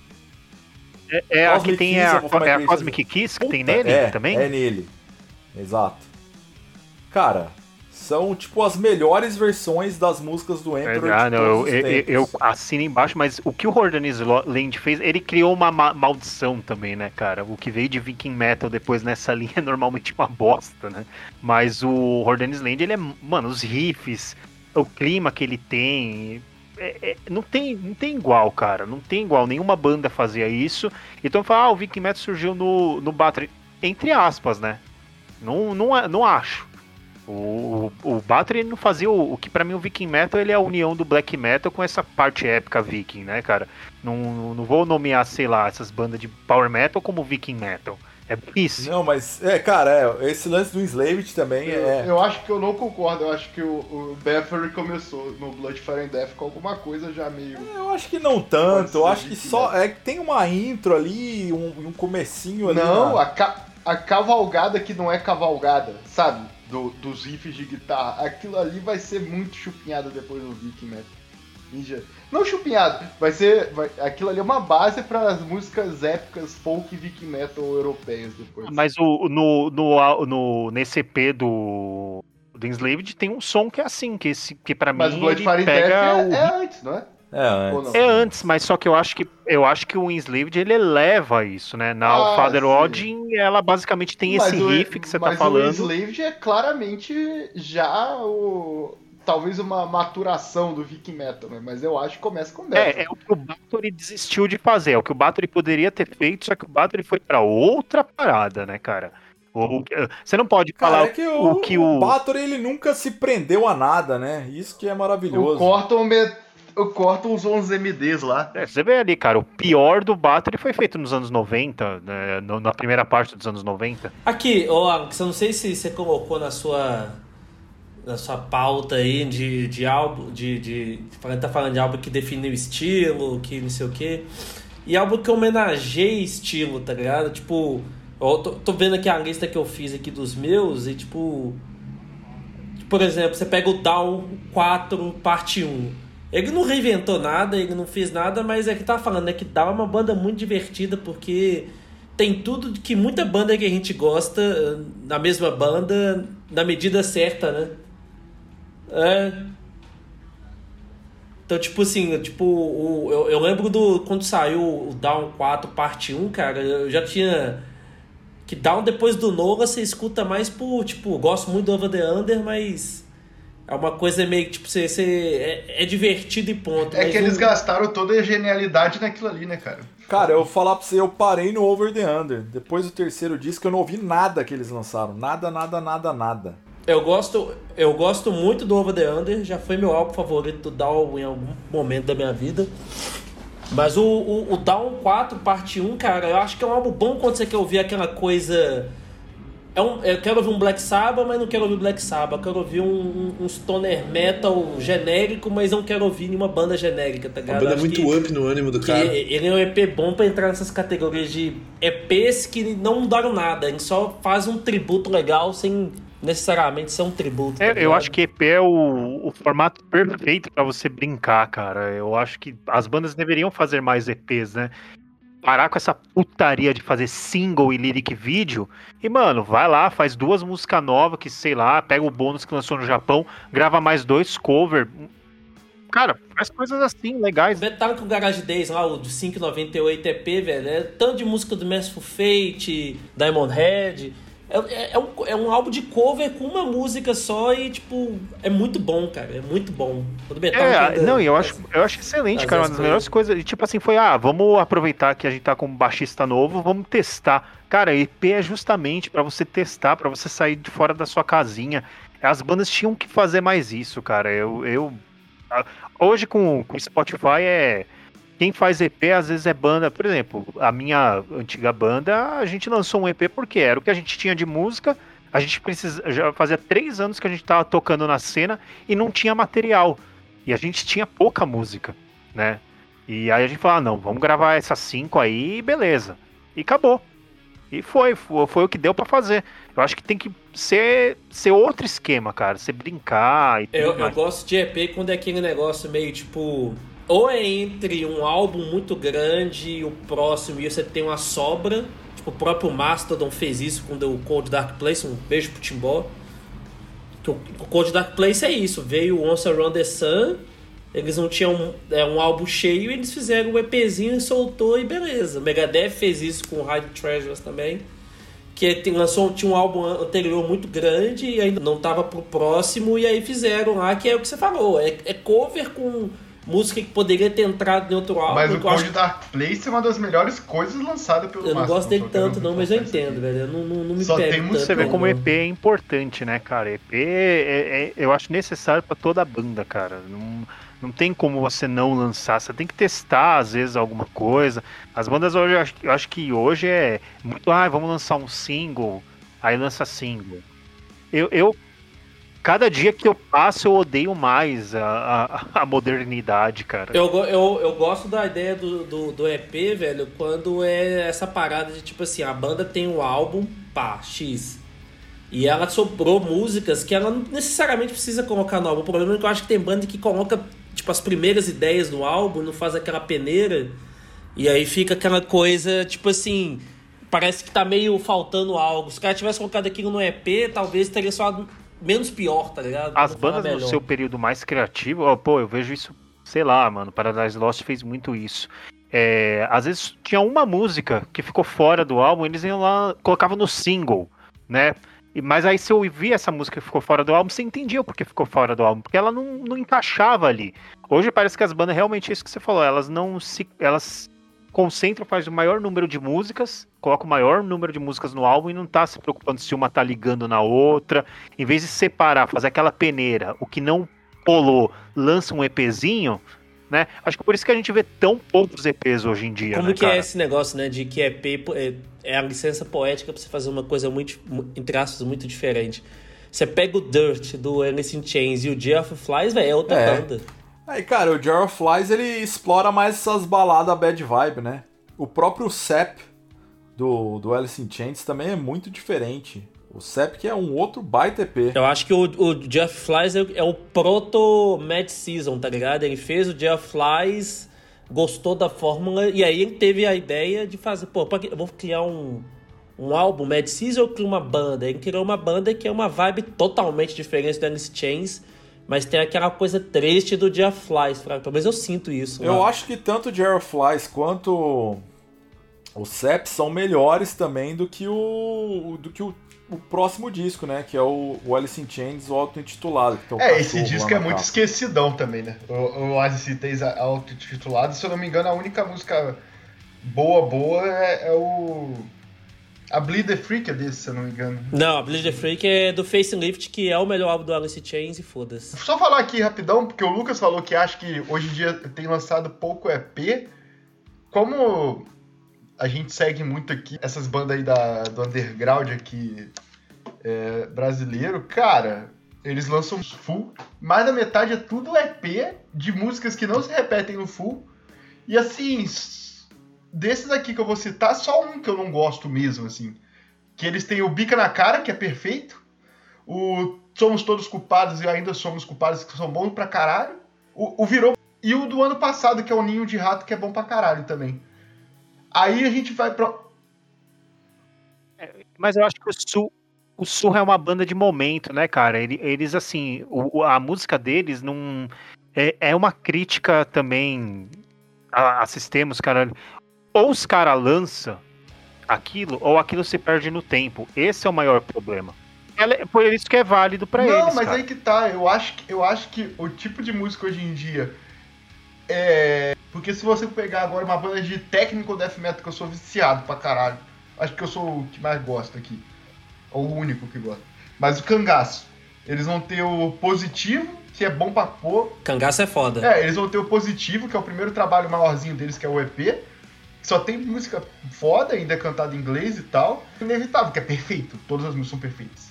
a que tem a Cosmic Kiss que tem nele também? É nele, exato, cara. São, tipo, as melhores versões das músicas do Emperor de todos os tempos. Eu assino embaixo, mas o que o Hordanes Land fez, ele criou uma maldição também, né, cara? O que veio de Viking Metal depois nessa linha é normalmente uma bosta, né? Mas o Hordanes Land, ele é... Mano, os riffs, o clima que ele tem... não tem igual, cara. Não tem igual. Nenhuma banda fazia isso. Então, o Viking Metal surgiu no Bathory, entre aspas, né? Não acho. O Bathory não fazia o que pra mim o Viking Metal ele é a união do Black Metal com essa parte épica Viking, né, cara? Não vou nomear, sei lá, essas bandas de Power Metal como Viking Metal. É isso. Não, mas, cara, esse lance do Enslaved também Eu acho que eu não concordo. Eu acho que o Bathory começou no Blood, Fire and Death com alguma coisa já meio... Eu acho que não tanto. Eu acho que só... tem uma intro ali, um comecinho ali. Não, a cavalgada que não é cavalgada, sabe? Dos riffs de guitarra, aquilo ali vai ser muito chupinhado depois no Viking Metal. Não chupinhado, aquilo ali é uma base para as músicas épicas folk Viking Metal europeias depois. Mas nesse EP do Enslaved tem um som que é assim, que pra mas mim Blood, ele Fire pega and Death é antes, não é? É antes, mas só que eu acho que o Enslaved ele eleva isso, né? Na Father Odin, ela basicamente tem esse riff que você tá falando. Mas o Enslaved é claramente já talvez uma maturação do Viking Metal, né? Mas eu acho que começa com Bathory. É o que o Bathory desistiu de fazer, é o que o Bathory poderia ter feito, só que o Bathory foi pra outra parada, né, cara? Você não pode falar que o Bathory ele nunca se prendeu a nada, né? Isso que é maravilhoso. Eu corto os 11 MDs lá. Você vê ali, cara, o pior do Bathory foi feito nos anos 90, né, na primeira parte dos anos 90. Aqui, Alex, eu não sei se você colocou na sua pauta aí de álbum, tá falando de álbum que define o estilo, que não sei o quê, e álbum que homenageia estilo, tá ligado? Tipo, eu tô vendo aqui a lista que eu fiz aqui dos meus e tipo, por exemplo, você pega o Down 4 parte 1. Ele não reinventou nada, ele não fez nada, mas é que tá falando, né? Que Down é uma banda muito divertida, porque tem tudo que muita banda que a gente gosta na mesma banda, na medida certa, né? Então, tipo assim, eu lembro quando saiu o Down 4 parte 1, cara, eu já tinha... Que Down depois do Nola você escuta mais por, tipo, gosto muito do Over the Under, mas... É uma coisa meio que, tipo, é divertido e ponto. É que eles gastaram toda a genialidade naquilo ali, né, cara? Cara, eu vou falar pra você, eu parei no Over the Under. Depois do terceiro disco, eu não ouvi nada que eles lançaram. Nada. Eu gosto muito do Over the Under, já foi meu álbum favorito do Down em algum momento da minha vida. Mas o Down 4, parte 1, cara, eu acho que é um álbum bom quando você quer ouvir aquela coisa... eu quero ouvir um Black Sabbath, mas não quero ouvir Black Sabbath. Eu quero ouvir um stoner metal genérico, mas não quero ouvir nenhuma banda genérica, tá ligado? A banda é muito up no ânimo do cara. Ele é um EP bom pra entrar nessas categorias de EPs que não mudaram nada. Ele só faz um tributo legal sem necessariamente ser um tributo. Tá eu acho que EP é o formato perfeito pra você brincar, cara. Eu acho que as bandas deveriam fazer mais EPs, né? Parar com essa putaria de fazer single e lyric video. E, mano, vai lá, faz 2 músicas novas que, sei lá, pega o bônus que lançou no Japão, grava mais 2 cover. Cara, faz coisas assim, legais. Metallica Garage Days, lá, o 598 EP, velho, é tanto de música do Merciful Fate, Diamond Head. É um álbum de cover com uma música só e, tipo, é muito bom, cara. É muito bom. Eu acho excelente, cara. Uma das melhores coisas. E, tipo assim, vamos aproveitar que a gente tá com um baixista novo, vamos testar. Cara, EP é justamente pra você testar, pra você sair de fora da sua casinha. As bandas tinham que fazer mais isso, cara. Hoje com o Spotify quem faz EP às vezes é banda, por exemplo, a minha antiga banda, a gente lançou um EP porque era o que a gente tinha de música, a gente já fazia 3 anos que a gente tava tocando na cena e não tinha material, e a gente tinha pouca música, né? E aí a gente falou, não, vamos gravar essas 5 aí e beleza, e acabou. E foi o que deu pra fazer. Eu acho que tem que ser outro esquema, cara, você brincar e tudo eu gosto de EP quando é aquele negócio meio tipo... Ou é entre um álbum muito grande e o próximo e você tem uma sobra. Tipo, o próprio Mastodon fez isso com o Cold Dark Place. Um beijo pro Timbó. O Cold Dark Place é isso. Veio o Once Around the Sun. Eles não tinham um álbum cheio e eles fizeram um EPzinho e soltou e beleza. O Megadeth fez isso com o Hide Treasures também. Que tinha um álbum anterior muito grande e ainda não tava pro próximo. E aí fizeram lá, que é o que você falou. É cover com... música que poderia ter entrado em outro álbum. Mas o Cold Dark Place é uma das melhores coisas lançadas pelo Eu não gosto dele tanto, não, mas eu entendo, velho. Eu não me pego tanto. Você vê como EP é importante, né, cara? EP eu acho necessário pra toda a banda, cara. Não tem como você não lançar. Você tem que testar, às vezes, alguma coisa. As bandas hoje, eu acho que hoje é muito... vamos lançar um single. Aí lança single. Cada dia que eu passo, eu odeio mais a modernidade, cara. Eu gosto da ideia do EP, velho, quando é essa parada de, tipo assim, a banda tem um álbum, X. E ela sobrou músicas que ela não necessariamente precisa colocar no álbum. O problema é que eu acho que tem banda que coloca, tipo, as primeiras ideias no álbum, não faz aquela peneira. E aí fica aquela coisa, tipo assim... Parece que tá meio faltando algo. Se o cara tivesse colocado aquilo no EP, talvez teria só... menos pior, tá ligado? As bandas no seu período mais criativo, eu vejo isso, sei lá, mano, Paradise Lost fez muito isso. Às vezes tinha uma música que ficou fora do álbum, eles iam lá, colocavam no single, né? Mas aí se eu ouvir essa música que ficou fora do álbum, você entendia porque ficou fora do álbum, porque ela não encaixava ali. Hoje parece que as bandas, realmente é isso que você falou, elas concentram, faz o maior número de músicas, coloca o maior número de músicas no álbum e não tá se preocupando se uma tá ligando na outra. Em vez de separar, fazer aquela peneira, o que não colou, lança um EPzinho, né? Acho que por isso que a gente vê tão poucos EPs hoje em dia, Como né, que cara? É esse negócio, né, de que EP é a licença poética pra você fazer uma coisa muito, entre aspas, muito diferente. Você pega o Dirt, do Alice in Chains, e o Jar of Flies, velho, é outra banda. Aí, cara, o Jar of Flies, ele explora mais essas baladas bad vibe, né? O próprio Sep do Alice in Chains também é muito diferente. O Sep que é um outro baita EP. Eu acho que o Jar of Flies é o proto Mad Season, tá ligado? Ele fez o Jar of Flies, gostou da fórmula, e aí ele teve a ideia de fazer, eu vou criar um álbum Mad Season ou criar uma banda? Ele criou uma banda que é uma vibe totalmente diferente do Alice in Chains, mas tem aquela coisa triste do Jar of Flies, pelo menos eu sinto isso. Eu acho que tanto o Jar of Flies quanto o Sep são melhores também do que o próximo disco, né? Que é o Alice in Chains, o auto-intitulado. Esse disco é muito esquecidão também, né? O Alice in Chains auto-intitulado, se eu não me engano, a única música boa é o... A Bleed the Freak é desse, se eu não me engano. Não, a Bleed the Freak é do Facelift, que é o melhor álbum do Alice in Chains, e foda-se. Só falar aqui rapidão, porque o Lucas falou que acha que hoje em dia tem lançado pouco EP. Como a gente segue muito aqui essas bandas aí do underground aqui brasileiro, cara, eles lançam full. Mais da metade é tudo EP de músicas que não se repetem no full. E assim, desses aqui que eu vou citar, só um que eu não gosto mesmo, assim. Que eles têm o Bica na Cara, que é perfeito. O Somos Todos Culpados e Ainda Somos Culpados, que são bons pra caralho. O Virou. E o do ano passado, que é o Ninho de Rato, que é bom pra caralho também. Aí a gente vai pra... Mas eu acho que o Surra é uma banda de momento, né, cara? Eles assim, a música deles não... É uma crítica também a sistemas, cara. Ou os caras lançam aquilo, ou aquilo se perde no tempo. Esse é o maior problema. Por isso que é válido pra eles, Não, mas cara. aí que tá. Eu acho que o tipo de música hoje em dia porque se você pegar agora uma banda de technical death metal, que eu sou viciado pra caralho. Acho que eu sou o que mais gosta aqui. Ou o único que gosta. Mas o Cangaço. Eles vão ter o Positivo, que é bom pra pôr. Cangaço é foda. Eles vão ter o Positivo, que é o primeiro trabalho maiorzinho deles, que é o EP. Que só tem música foda, ainda é cantada em inglês e tal. Inevitável, que é perfeito. Todas as músicas são perfeitas.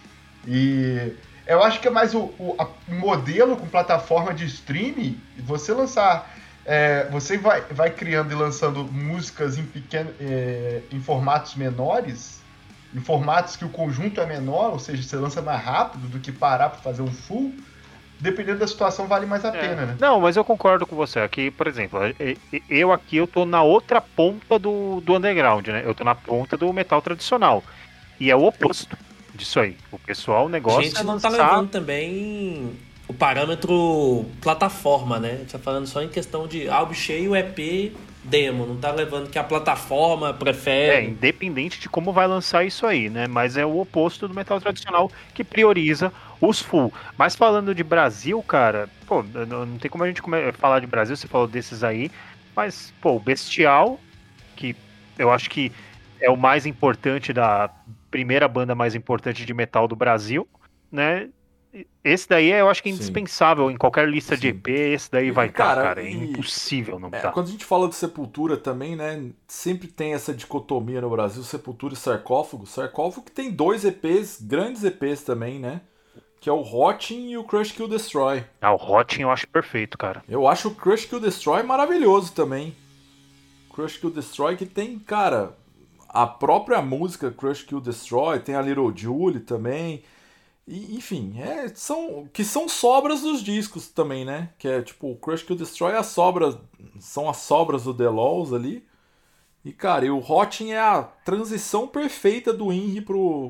E eu acho que é mais o modelo com plataforma de streaming. Você lançar... você vai criando e lançando músicas em formatos menores, em formatos que o conjunto é menor, ou seja, você lança mais rápido do que parar para fazer um full. Dependendo da situação, vale mais a pena, né? Não, mas eu concordo com você. Aqui, por exemplo, eu tô na outra ponta do underground, né? Eu tô na ponta do metal tradicional. E é o oposto disso aí. O pessoal, o negócio A gente não tá lançar... levando também o parâmetro plataforma, né? A gente tá falando só em questão de álbum cheio, EP, demo. Não tá levando que a plataforma prefere. Independente de como vai lançar isso aí, né? Mas é o oposto do metal tradicional, que prioriza os full. Mas falando de Brasil, cara, pô, não tem como a gente falar de Brasil, você falou desses aí, mas, pô, o Bestial, que eu acho que é o mais importante da primeira banda mais importante de metal do Brasil, né? Esse daí eu acho que é indispensável em qualquer lista de EP, esse daí vai estar, cara. É impossível não estar. Quando a gente fala de Sepultura também, né? Sempre tem essa dicotomia no Brasil, Sepultura e Sarcófago. Sarcófago que tem 2 EPs, grandes EPs também, né? Que é o Rotting e o Crush Kill Destroy. O Rotting eu acho perfeito, cara. Eu acho o Crush Kill Destroy maravilhoso também. Crush Kill Destroy que tem, cara, a própria música Crush Kill Destroy, tem a Little Julie também. E, enfim, são sobras dos discos também, né? Que é tipo, o Crush Kill Destroy são as sobras do The Laws ali. E, cara, e o Rotting é a transição perfeita do INRI pro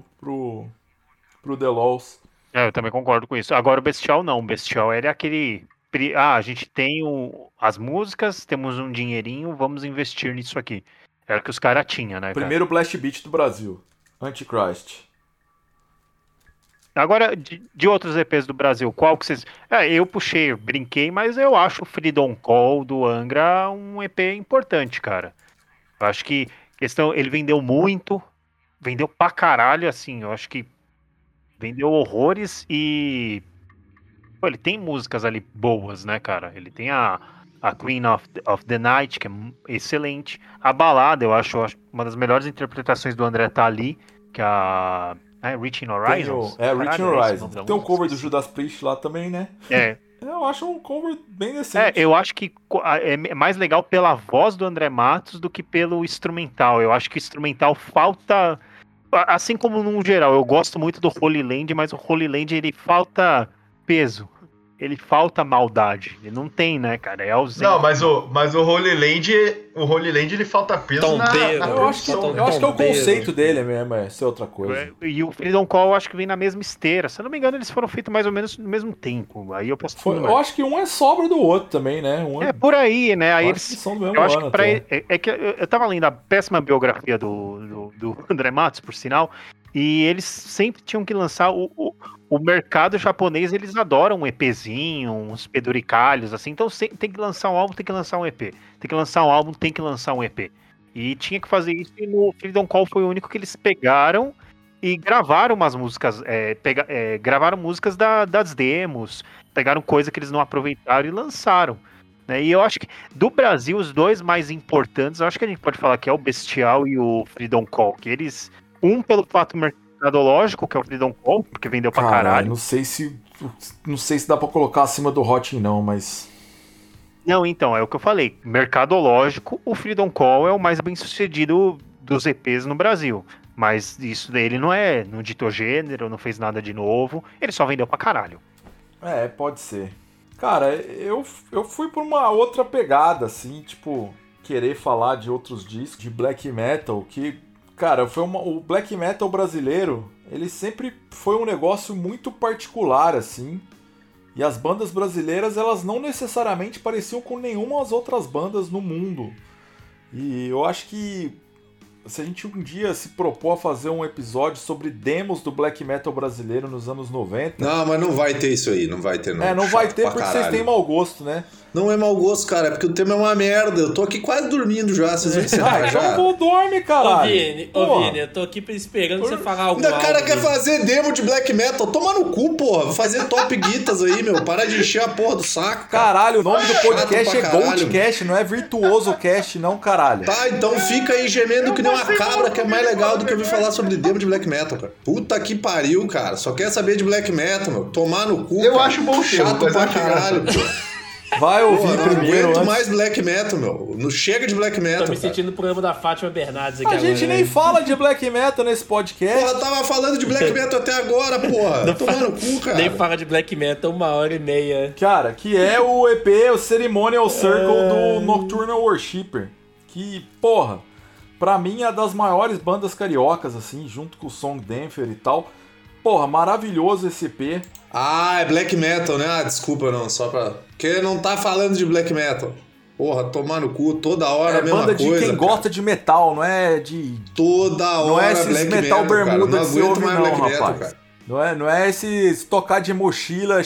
The Laws. Eu também concordo com isso. Agora o Bestial não. O Bestial ele é aquele... a gente tem as músicas, temos um dinheirinho, vamos investir nisso aqui. Era o que os caras tinham, né, cara? Primeiro Blast Beat do Brasil. Antichrist. Agora, de outros EPs do Brasil, qual que vocês... eu puxei, brinquei, mas eu acho o Freedom Call do Angra um EP importante, cara. Eu acho que ele vendeu muito, vendeu pra caralho, assim, eu acho que vendeu horrores e... Pô, ele tem músicas ali boas, né, cara? Ele tem a Queen of the Night, que é excelente. A balada, eu acho uma das melhores interpretações do André tá ali, que é a... Reaching Horizons? Reaching Horizons. Tem um cover do Judas Priest lá também, né? Eu acho um cover bem decente. Eu acho que é mais legal pela voz do André Matos do que pelo instrumental. Eu acho que o instrumental falta... Assim como no geral, eu gosto muito do Holy Land, mas o Holy Land ele falta peso. Ele falta maldade. Ele não tem, né, cara? É ausente. Não, mas o Holy Land, ele falta peso na eu acho que é o conceito dele mesmo, é ser outra coisa. E o Freedom Call, eu acho que vem na mesma esteira. Se eu não me engano, eles foram feitos mais ou menos no mesmo tempo. Aí eu posso... Eu acho que um é sobra do outro também, né? Por aí, né? Aí eles são do mesmo eu acho ano que eu tava lendo a péssima biografia do André Matos, por sinal, e eles sempre tinham que lançar o mercado japonês, eles adoram um EPzinho, uns peduricalhos, assim. Então tem que lançar um álbum, tem que lançar um EP. Tem que lançar um álbum, tem que lançar um EP. E tinha que fazer isso, e no Freedom Call foi o único que eles pegaram e gravaram umas músicas, gravaram músicas das demos, pegaram coisa que eles não aproveitaram e lançaram. Né? E eu acho que, do Brasil, os dois mais importantes, eu acho que a gente pode falar que é o Bestial e o Freedom Call, que eles, um pelo fato mercadológico, que é o Freedom Call, porque vendeu pra caralho. Não sei se dá pra colocar acima do Hot não, mas... Não, então, é o que eu falei. Mercadológico, o Freedom Call é o mais bem sucedido dos EPs no Brasil. Mas isso dele não ditou gênero, não fez nada de novo. Ele só vendeu pra caralho. Pode ser. Cara, eu fui por uma outra pegada, assim, tipo, querer falar de outros discos, de black metal, que, cara, o black metal brasileiro, ele sempre foi um negócio muito particular, assim. E as bandas brasileiras, elas não necessariamente pareciam com nenhuma das outras bandas no mundo. E eu acho que se a gente um dia se propor a fazer um episódio sobre demos do black metal brasileiro nos anos 90... Não, mas não vai ter isso aí, não vai ter não. Não vai ter porque vocês têm mau gosto, né? Não é mau gosto, cara, é porque o tema é uma merda. Eu tô aqui quase dormindo já, vocês vão encerrar já. Então dorme, caralho. Ô, Vini, eu tô aqui esperando você falar alguma coisa. O cara quer fazer demo de black metal. Toma no cu, porra. Vou fazer top guitas aí, meu. Para de encher a porra do saco, cara. Caralho, o nome do podcast é Goldcast, não é Virtuoso Cast, não, caralho. Tá, então fica aí gemendo que nem uma cabra, que é mais legal do que ouvir falar sobre demo de black metal, cara. Puta que pariu, cara. Só quer saber de black metal, meu. Tomar no cu, Eu cara. acho bom Chato mas pra acho caralho, engraçado. pô. Vai ouvir Porra, não primeiro. aguento Antes. mais black metal, meu. Não chega de black metal, Tô me cara. sentindo no programa da Fátima Bernardes aqui A agora. gente nem fala de black metal nesse podcast. Porra, tava falando de black metal até agora, porra. Tomar no cu, cara. Nem fala de black metal 1h30. Cara, que é o EP, o Ceremonial Circle do Nocturnal Worshipper. Que, porra, pra mim é das maiores bandas cariocas, assim, junto com o Song Dancer e tal. Porra, maravilhoso esse EP. Ah, é black metal, né? Ah, desculpa, não, só pra... Porque não tá falando de black metal. Porra, tomar no cu, toda hora a mesma banda coisa, de quem cara. gosta de metal, não é de... Toda hora Não é esses black metal metal, cara. bermuda Não que você aguento ouve mais não, black metal, rapaz. cara. Não é esses tocar de mochila,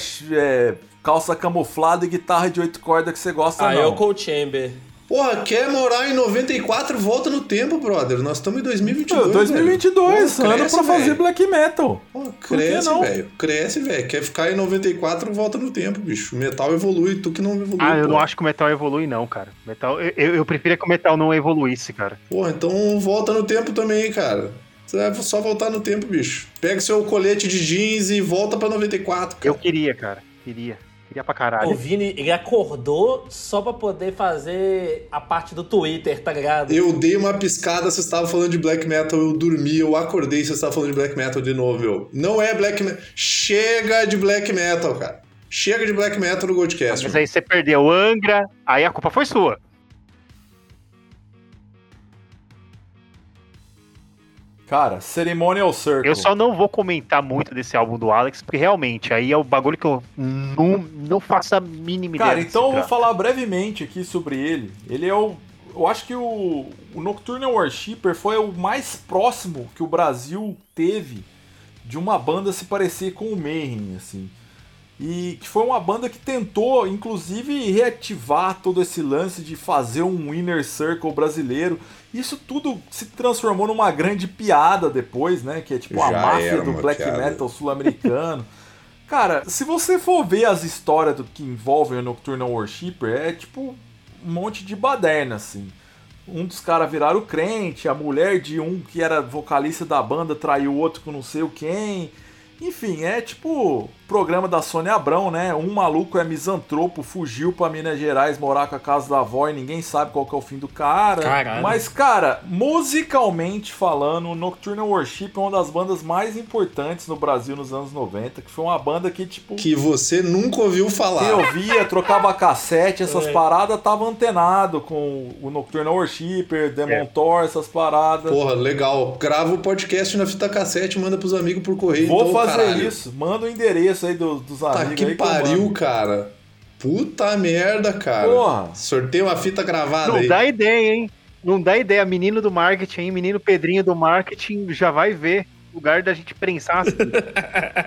calça camuflada e guitarra de 8 cordas que você gosta, não. É o Cold Chamber. Porra, quer morar em 94, volta no tempo, brother. Nós estamos em 2022, 2022, velho. ano pra fazer velho. black metal. Porra, Por que cresce, não? velho. Cresce, velho. Quer ficar em 94, volta no tempo, bicho. O metal evolui, tu que não evolui. Eu não porra. acho que o metal evolui, não, cara. Metal, eu preferia que o metal não evoluísse, cara. Porra, então volta no tempo também, cara. Você vai só voltar no tempo, bicho. Pega seu colete de jeans e volta pra 94, cara. Eu queria, cara. Queria pra caralho. O Vini, ele acordou só pra poder fazer a parte do Twitter, tá ligado? Eu dei uma piscada, vocês estavam falando de black metal, eu dormi, eu acordei, vocês estavam falando de black metal de novo, meu. Não é black metal. Chega de black metal, cara. Chega de black metal no Goldcast. Mas aí você perdeu Angra, aí a culpa foi sua. Cara, Ceremonial Circle. Eu só não vou comentar muito desse álbum do Alex, porque realmente aí é o bagulho que eu não faço a mínima ideia. Cara, então eu vou falar brevemente aqui sobre ele. Ele é o... Eu acho que o Nocturnal Worshipper foi o mais próximo que o Brasil teve de uma banda se parecer com o Mayhem, assim. E que foi uma banda que tentou, inclusive, reativar todo esse lance de fazer um Inner Circle brasileiro. Isso tudo se transformou numa grande piada depois, né? Que é tipo a máfia do black metal sul-americano. Cara, se você for ver as histórias que envolvem o Nocturnal Worshipper, é tipo um monte de baderna, assim. Um dos caras viraram crente, a mulher de um que era vocalista da banda traiu o outro com não sei o quem... Enfim, é tipo programa da Sônia Abrão, né? Um maluco é misantropo, fugiu pra Minas Gerais morar com a casa da avó e ninguém sabe qual que é o fim do cara. Caralho. Mas, cara, musicalmente falando, Nocturnal Worship é uma das bandas mais importantes no Brasil nos anos 90, que foi uma banda que, tipo... Que você nunca ouviu falar. Quem ouvia, trocava cassete, essas paradas, tava antenado com o Nocturnal Worshipper, Demon Thor, essas paradas. Porra, legal. Grava o podcast na fita cassete e manda pros amigos por correio. Vou então, fazer caralho. isso. Manda o endereço aí dos Tá amigos que aí. pariu, cara. Puta merda, cara. Porra. Sorteio uma fita gravada Não aí. dá ideia, hein? Não dá ideia. Menino do marketing, hein? Menino Pedrinho do marketing já vai ver. Lugar da gente prensar assim.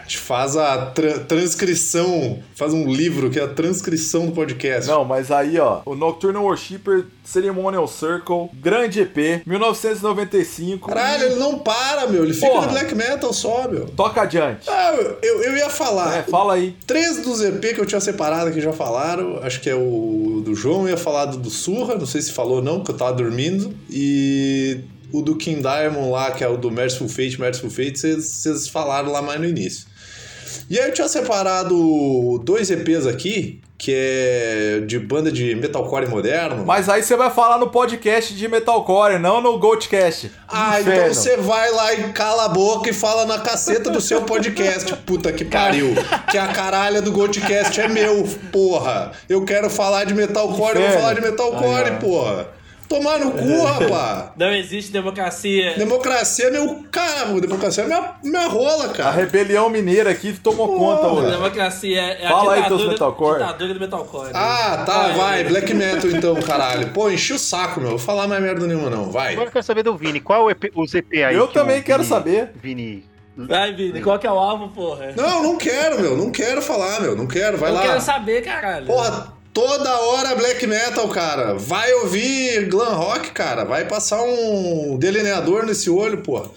gente faz a transcrição, faz um livro que é a transcrição do podcast. Não, mas aí, ó, o Nocturnal Worshipper Ceremonial Circle, grande EP, 1995. Caralho, ele não para, meu. Ele fica no black metal só, meu. Toca adiante. Ah, eu ia falar. Fala aí. 3 dos EP que eu tinha separado aqui já falaram. Acho que é o do João, ia falar do Surra, não sei se falou ou não, porque eu tava dormindo. E o do King Diamond lá, que é o do Merciful Fate, vocês falaram lá mais no início. E aí eu tinha separado 2 EPs aqui, que é de banda de metalcore moderno. Mas aí você vai falar no podcast de metalcore, não no Goldcast. Ah, Inferno. então você vai lá e cala a boca e fala na caceta do seu podcast. Puta que pariu. Que a caralha do Goldcast é meu, porra. Eu quero falar de metalcore, eu vou falar de metalcore, porra. Tomar no cu, rapá. Não existe democracia. Democracia é meu... Cara, democracia é minha rola, cara. A rebelião mineira aqui tomou conta, hoje. Democracia é Fala a aí, teus metalcore. ditadura do metalcore. Ah, tá, vai. Black metal então, caralho. Pô, enchi o saco, meu. Vou falar mais merda nenhuma, não. Vai. Agora eu quero saber do Vini. Qual é os EP aí? Eu também quero saber. Vini... Vai, Vini, qual que é o alvo, porra? Não quero, meu. Não quero falar, meu. Não quero, vai lá. Eu quero saber, caralho. Porra, toda hora black metal, cara. Vai ouvir glam rock, cara. Vai passar um delineador nesse olho, porra.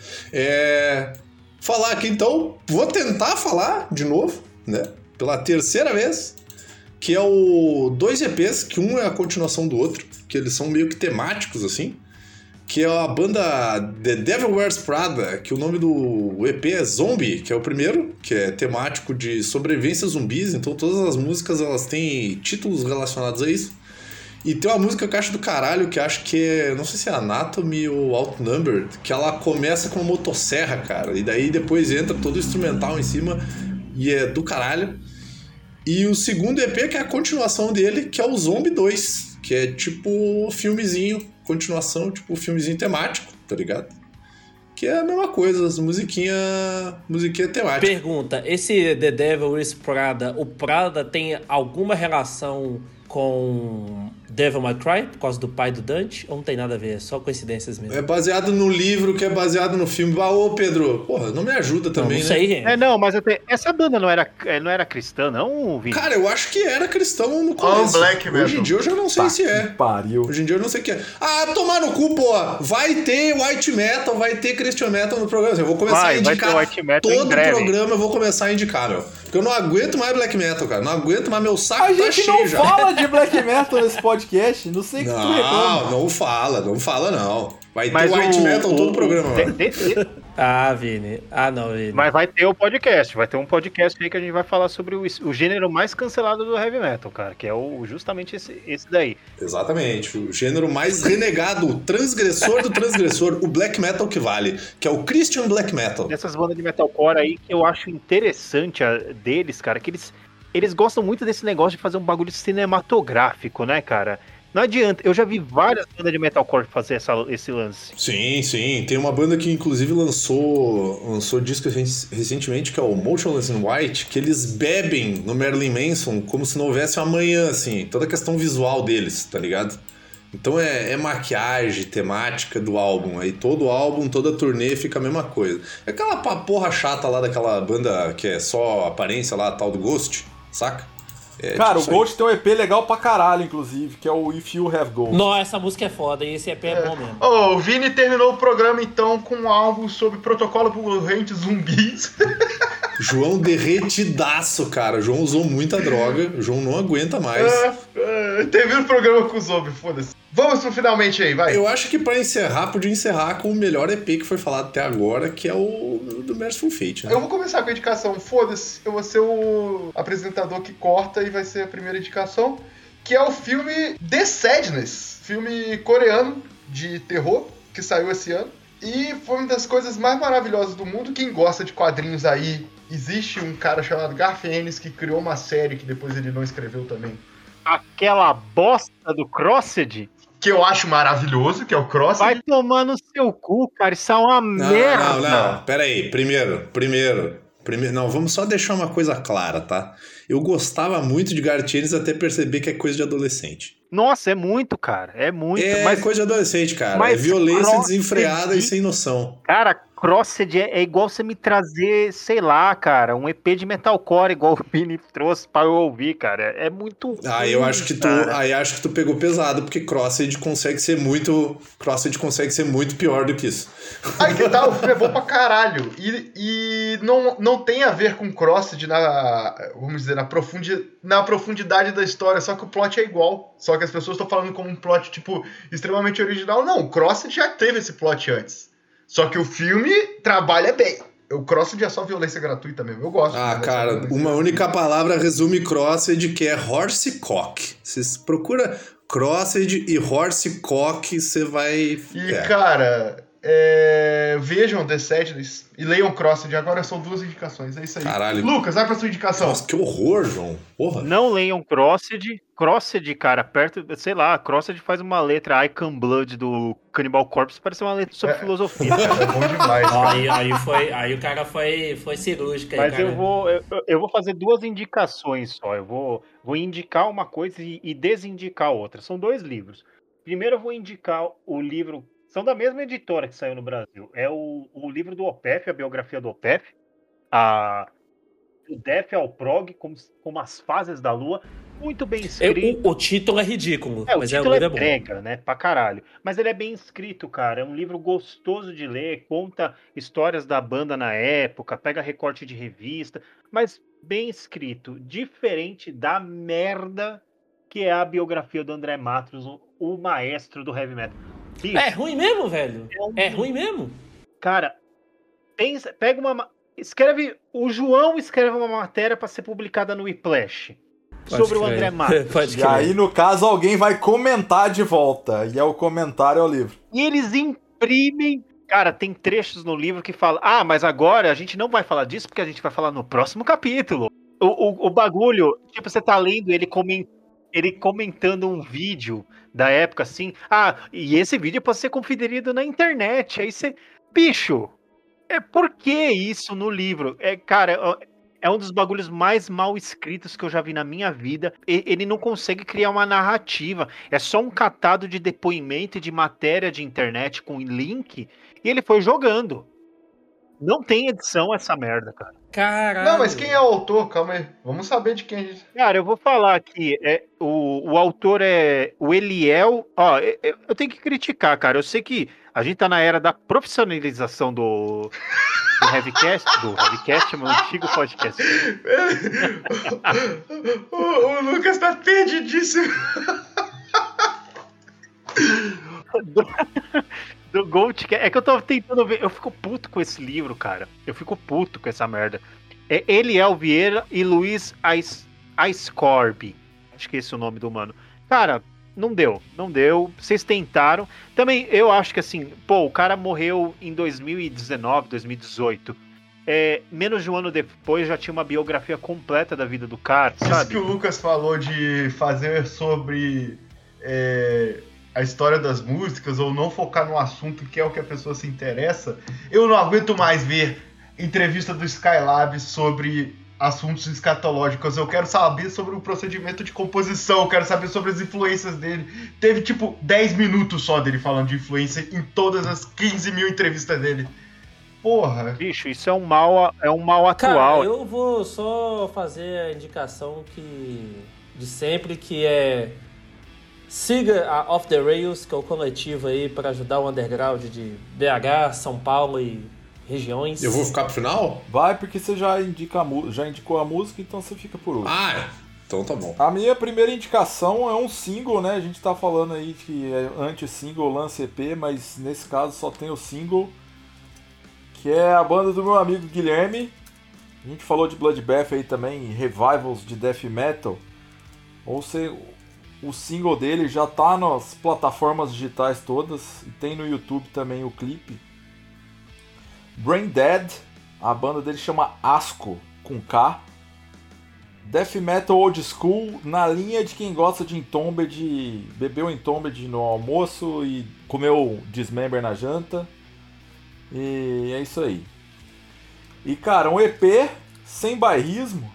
Falar aqui, então, vou tentar falar de novo, né? Pela terceira vez. Que é o 2 EPs, que um é a continuação do outro. Que eles são meio que temáticos, assim. Que é a banda The Devil Wears Prada, que o nome do EP é Zombie, que é o primeiro, que é temático de sobrevivência zumbis, então todas as músicas elas têm títulos relacionados a isso. E tem uma música que eu acho do caralho, que acho que é, não sei se é Anatomy ou Outnumbered, que ela começa com uma motosserra, cara, e daí depois entra todo o instrumental em cima, e é do caralho. E o segundo EP, que é a continuação dele, que é o Zombie 2, que é tipo filmezinho, continuação, tipo filmezinho temático, tá ligado? Que é a mesma coisa, as musiquinha temática. Pergunta, esse The Devil Wears Prada, o Prada tem alguma relação com Devil May Cry, por causa do pai do Dante, ou não tem nada a ver? É só coincidências mesmo? É baseado no livro, que é baseado no filme. Ah, ô Pedro, porra, não me ajuda também, não sei, né? Não, mas essa banda não era cristã, não, Vini? Cara, eu acho que era cristão no começo. Black metal. Hoje em dia eu já não sei se é. Pariu. Hoje em dia eu não sei o que é. Ah, tomar no cu, porra. Vai ter white metal, vai ter Christian metal no programa. Eu vou começar a indicar. Vai ter white metal todo programa eu vou começar a indicar, meu. Porque eu não aguento mais black metal, cara. Não aguento mais, meu saco tá cheio já. A gente não fala de black metal nesse podcast. Não sei o que tu reclama. Não fala não. Vai ter white metal todo o programa, mano. Ah, Vini. Ah, não, Vini. Mas vai ter o podcast. Vai ter um podcast aí que a gente vai falar sobre o gênero mais cancelado do heavy metal, cara. Que é justamente esse daí. Exatamente. O gênero mais renegado, o transgressor do transgressor, o black metal que vale. Que é o Christian Black Metal. Dessas bandas de metalcore aí que eu acho interessante deles, cara, que eles gostam muito desse negócio de fazer um bagulho cinematográfico, né, cara? Não adianta, eu já vi várias bandas de metalcore fazer esse lance. Sim, tem uma banda que inclusive lançou disco recentemente, que é o Motionless in White, que eles bebem no Marilyn Manson como se não houvesse um amanhã, assim, toda a questão visual deles, tá ligado? Então é maquiagem, temática do álbum, aí todo álbum, toda turnê fica a mesma coisa. É aquela porra chata lá daquela banda que é só aparência lá, tal do Ghost, saca? Cara, tipo o Ghost tem um EP legal pra caralho, inclusive, que é o If You Have Ghost. Nossa, essa música é foda e esse EP é bom mesmo. O Vini terminou o programa, então, com um álbum sobre protocolo por corrente zumbis. João derretidaço, cara. O João usou muita droga. O João não aguenta mais. Termina o programa com o zombie, foda-se. Vamos pro finalmente aí, vai. Eu acho que pra encerrar, podia encerrar com o melhor EP que foi falado até agora, que é o do Merciful Fate, né? Eu vou começar com a indicação. Foda-se, eu vou ser o apresentador que corta e vai ser a primeira indicação, que é o filme The Sadness, filme coreano de terror, que saiu esse ano. E foi uma das coisas mais maravilhosas do mundo. Quem gosta de quadrinhos aí, existe um cara chamado Garth Ennis que criou uma série que depois ele não escreveu também. Aquela bosta do Crossed? Que eu acho maravilhoso, que é o Crossed. Vai tomar no seu cu, cara. Isso é uma merda. Não. Pera aí. Primeiro. Primeiro, não, vamos só deixar uma coisa clara, tá? Eu gostava muito de Gartienes até perceber que é coisa de adolescente. Nossa, é muito, cara. É muito. É coisa de adolescente, cara. É mas violência desenfreada e sem noção. Cara, Crossed é igual você me trazer, sei lá, cara, um EP de metalcore igual o Vini trouxe pra eu ouvir, cara. É muito ruim, eu acho que tu pegou pesado, porque Crossed consegue ser muito pior do que isso. Aí que tá, o filme é bom pra caralho. E não tem a ver com Crossed vamos dizer, na profundidade da história, só que o plot é igual. Só que as pessoas estão falando como um plot, tipo, extremamente original. Não, o Crossed já teve esse plot antes. Só que o filme trabalha bem. O Crossed é só violência gratuita mesmo. Eu gosto. Cara, uma única palavra resume Crossed, que é horsecock. Você procura Crossed e horsecock, você vai... Cara... vejam The Sadness e leiam Crossed. Agora são 2 indicações, é isso aí. Caralho. Lucas, vai pra sua indicação. Nossa, que horror, João. Porra. Não leiam Crossed, cara, sei lá, Crossed faz uma letra Icon Blood do Cannibal Corpse, parece uma letra sobre filosofia. É bom demais. Aí o cara foi cirúrgico. Mas cara. eu vou fazer 2 indicações só. Eu vou indicar uma coisa e desindicar outra. São 2 livros. Primeiro eu vou indicar o livro. São da mesma editora que saiu no Brasil. É o livro do Opeth, a biografia do Opeth. Do Death ao Prog, como as fases da Lua. Muito bem escrito. O título é ridículo. Mas o título é brega, né? Pra caralho. Mas ele é bem escrito, cara. É um livro gostoso de ler. Conta histórias da banda na época. Pega recorte de revista. Mas bem escrito. Diferente da merda que é a biografia do André Matos, o maestro do heavy metal. Bicho, é ruim mesmo, velho? É ruim mesmo? Cara, pega uma... O João escreve uma matéria para ser publicada no Whiplash sobre o André Matos. E aí, no caso, alguém vai comentar de volta. E é o comentário ao livro. E eles imprimem... Cara, tem trechos no livro que falam... mas agora a gente não vai falar disso porque a gente vai falar no próximo capítulo. O bagulho... Tipo, você tá lendo ele comentando um vídeo da época, assim... e esse vídeo pode ser conferido na internet. Aí você... Bicho... Por que isso no livro? Cara, é um dos bagulhos mais mal escritos que eu já vi na minha vida. Ele não consegue criar uma narrativa. É só um catado de depoimento e de matéria de internet com link. E ele foi jogando. Não tem edição essa merda, cara. Caralho. Não, mas quem é o autor? Calma aí. Vamos saber de quem a gente... Cara, eu vou falar aqui. O autor é o Eliel... eu tenho que criticar, cara. Eu sei que a gente tá na era da profissionalização do Heavycast, meu antigo podcast. o Lucas tá perdidíssimo. Do Goldcast. É que eu tô tentando ver. Eu fico puto com esse livro, cara. Eu fico puto com essa merda. É Eliel Vieira e Luiz Aiscorbi. Acho que esse é o nome do mano. Cara, não deu. Vocês tentaram. Também, eu acho que assim, o cara morreu em 2019, 2018. Menos de um ano depois já tinha uma biografia completa da vida do cara, sabe? Isso que o Lucas falou de fazer sobre a história das músicas ou não focar no assunto que é o que a pessoa se interessa. Eu não aguento mais ver entrevista do Skylab sobre assuntos escatológicos. Eu quero saber sobre o procedimento de composição, eu quero saber sobre as influências dele. Teve, 10 minutos só dele falando de influência em todas as 15 mil entrevistas dele. Porra. Bicho, isso é um mal atual. Cara, eu vou só fazer a indicação de sempre, que é... Siga a Off The Rails, que é o coletivo aí para ajudar o underground de BH, São Paulo e regiões. Eu vou ficar pro final? Vai, porque você já indicou a música, então você fica por último. Então tá bom. A minha primeira indicação é um single, né? A gente tá falando aí que é anti-single, lance EP, mas nesse caso só tem o single, que é a banda do meu amigo Guilherme. A gente falou de Bloodbath aí também, revivals de death metal. O single dele já tá nas plataformas digitais todas, e tem no YouTube também o clipe. Brain Dead, a banda dele chama Asco, com K. Death Metal Old School, na linha de quem gosta de Entombed, bebeu Entombed no almoço e comeu Dismember na janta. E é isso aí. E, cara, um EP sem bairrismo.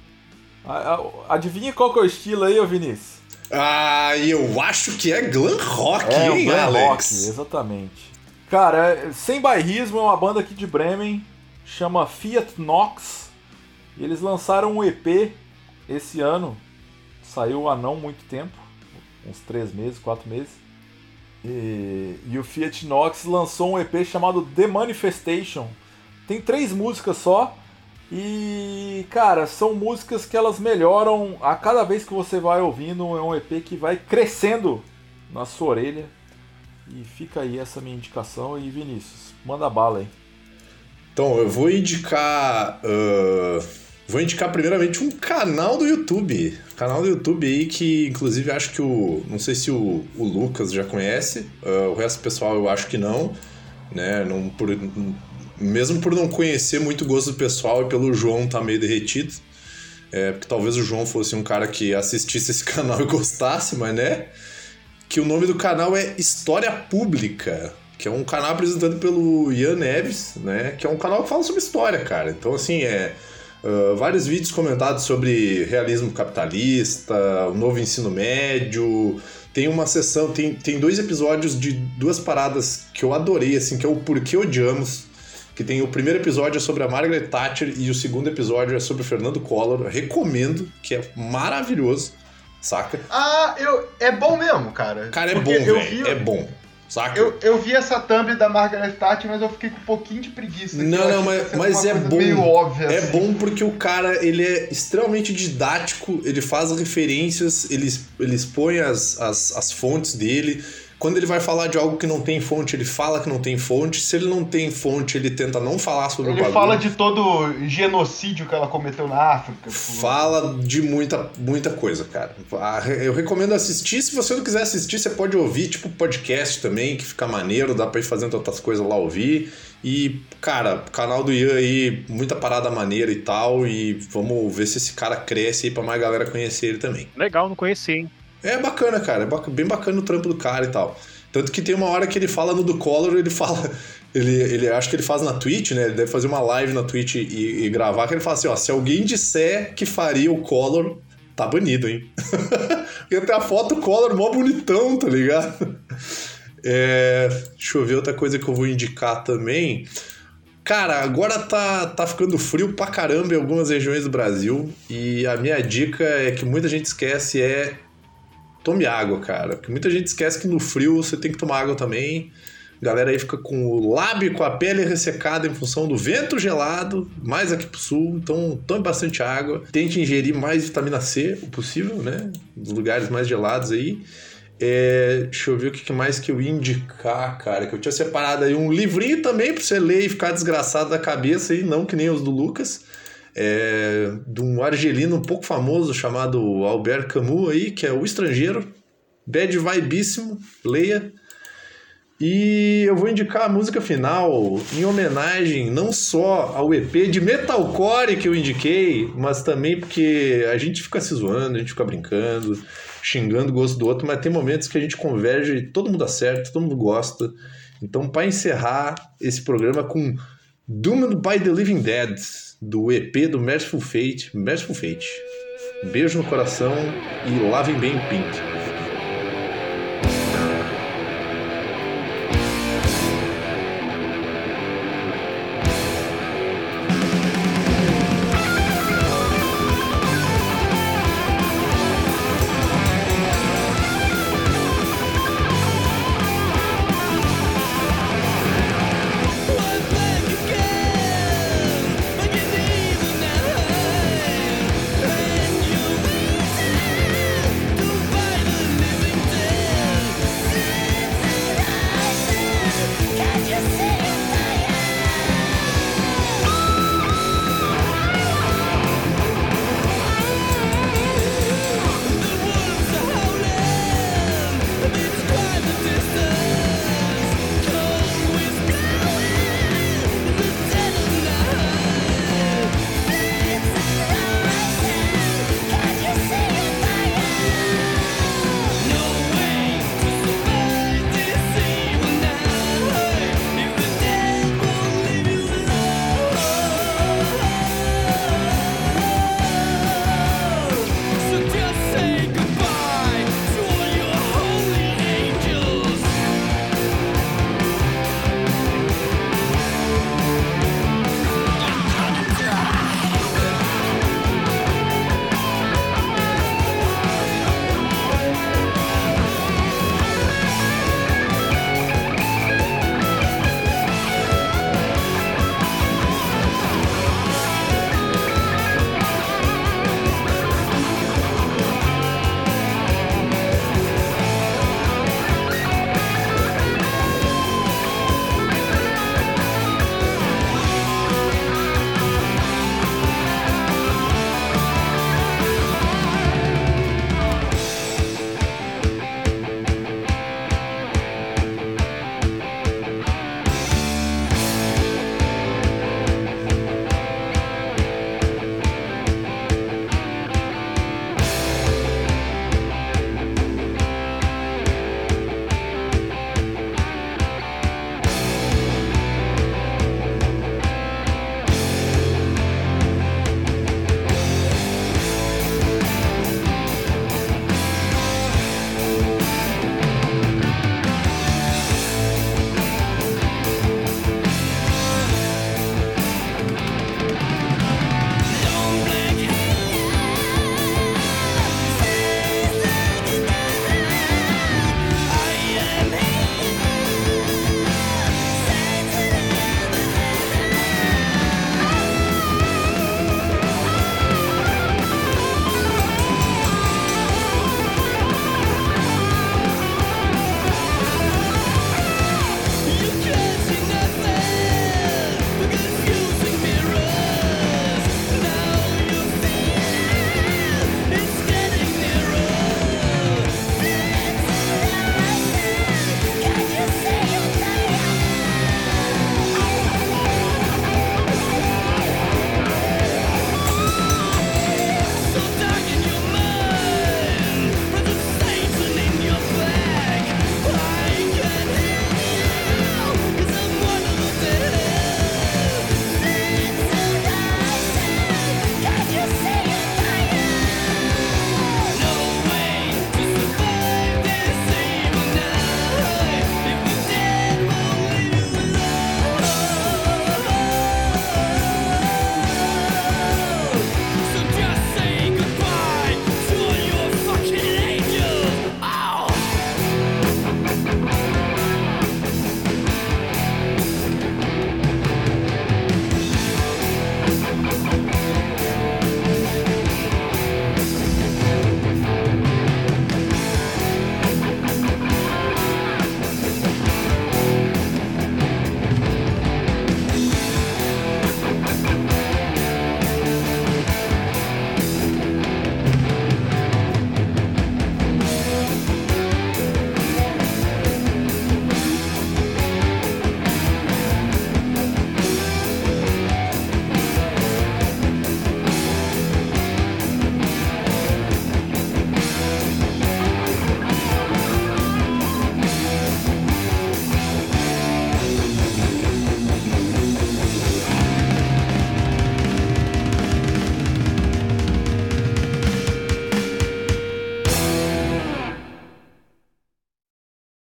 Adivinha qual que é o estilo aí, ô Vinícius? Eu acho que é glam rock, hein, glam Alex? rock, exatamente. Cara, Sem Bairrismo é uma banda aqui de Bremen, chama Fiat Nox. E eles lançaram um EP esse ano, saiu há não muito tempo, uns 3 meses, 4 meses. E o Fiat Nox lançou um EP chamado The Manifestation. Tem 3 músicas só. E, cara, são músicas que elas melhoram a cada vez que você vai ouvindo. É um EP que vai crescendo na sua orelha. E fica aí essa minha indicação. E Vinícius, manda bala aí. Então, eu vou indicar... Vou indicar primeiramente um canal do YouTube. Canal do YouTube aí que, inclusive, acho que não sei se o Lucas já conhece. O resto do pessoal eu acho que não. Né? Mesmo por não conhecer muito o gosto do pessoal e pelo João tá meio derretido. Porque talvez o João fosse um cara que assistisse esse canal e gostasse, mas né? Que o nome do canal é História Pública, que é um canal apresentado pelo Ian Neves, né? Que é um canal que fala sobre história, cara. Então, assim, vários vídeos comentados sobre realismo capitalista, o novo ensino médio. Tem uma sessão, tem 2 episódios de 2 paradas que eu adorei, assim, que é o Porquê Odiamos. Que tem o primeiro episódio é sobre a Margaret Thatcher e o segundo episódio é sobre o Fernando Collor. Recomendo, que é maravilhoso, saca? É bom mesmo, cara. Cara, é bom, velho. É bom, saca? Eu vi essa thumb da Margaret Thatcher, mas eu fiquei com um pouquinho de preguiça. Mas é bom. Meio óbvia, é assim. bom porque o cara, ele é extremamente didático, ele faz referências, ele expõe as fontes dele. Quando ele vai falar de algo que não tem fonte, ele fala que não tem fonte. Se ele não tem fonte, ele tenta não falar sobre o bagulho. Ele fala de todo genocídio que ela cometeu na África. Fala de muita coisa, cara. Eu recomendo assistir. Se você não quiser assistir, você pode ouvir, tipo podcast também, que fica maneiro, dá pra ir fazendo outras coisas lá ouvir. E, cara, canal do Ian aí, muita parada maneira e tal. E vamos ver se esse cara cresce aí pra mais galera conhecer ele também. Legal, não conheci, hein? É bacana, cara. É bem bacana o trampo do cara e tal. Tanto que tem uma hora que ele fala no do Collor, ele fala... Ele acho que ele faz na Twitch, né? Ele deve fazer uma live na Twitch e gravar, que ele fala assim, ó, se alguém disser que faria o Collor, tá banido, hein? E até a foto do Collor mó bonitão, tá ligado? Deixa eu ver outra coisa que eu vou indicar também. Cara, agora tá ficando frio pra caramba em algumas regiões do Brasil. E a minha dica é que muita gente esquece tome água, cara. Porque muita gente esquece que no frio você tem que tomar água também. A galera aí fica com o lábio e com a pele ressecada em função do vento gelado, mais aqui pro sul. Então tome bastante água. Tente ingerir mais vitamina C, o possível, né? Nos lugares mais gelados aí. Deixa eu ver o que mais que eu ia indicar, cara. Que eu tinha separado aí um livrinho também pra você ler e ficar desgraçado da cabeça aí, não que nem os do Lucas. De um argelino um pouco famoso chamado Albert Camus aí, que é O Estrangeiro. Bad vibíssimo, leia. E eu vou indicar a música final em homenagem não só ao EP de metalcore que eu indiquei, mas também porque a gente fica se zoando, a gente fica brincando, xingando o gosto do outro, mas tem momentos que a gente converge e todo mundo acerta, todo mundo gosta. Então, para encerrar esse programa com Doomed by the Living Dead, do EP do Merciful Fate. Beijo no coração e lavem bem o pinto.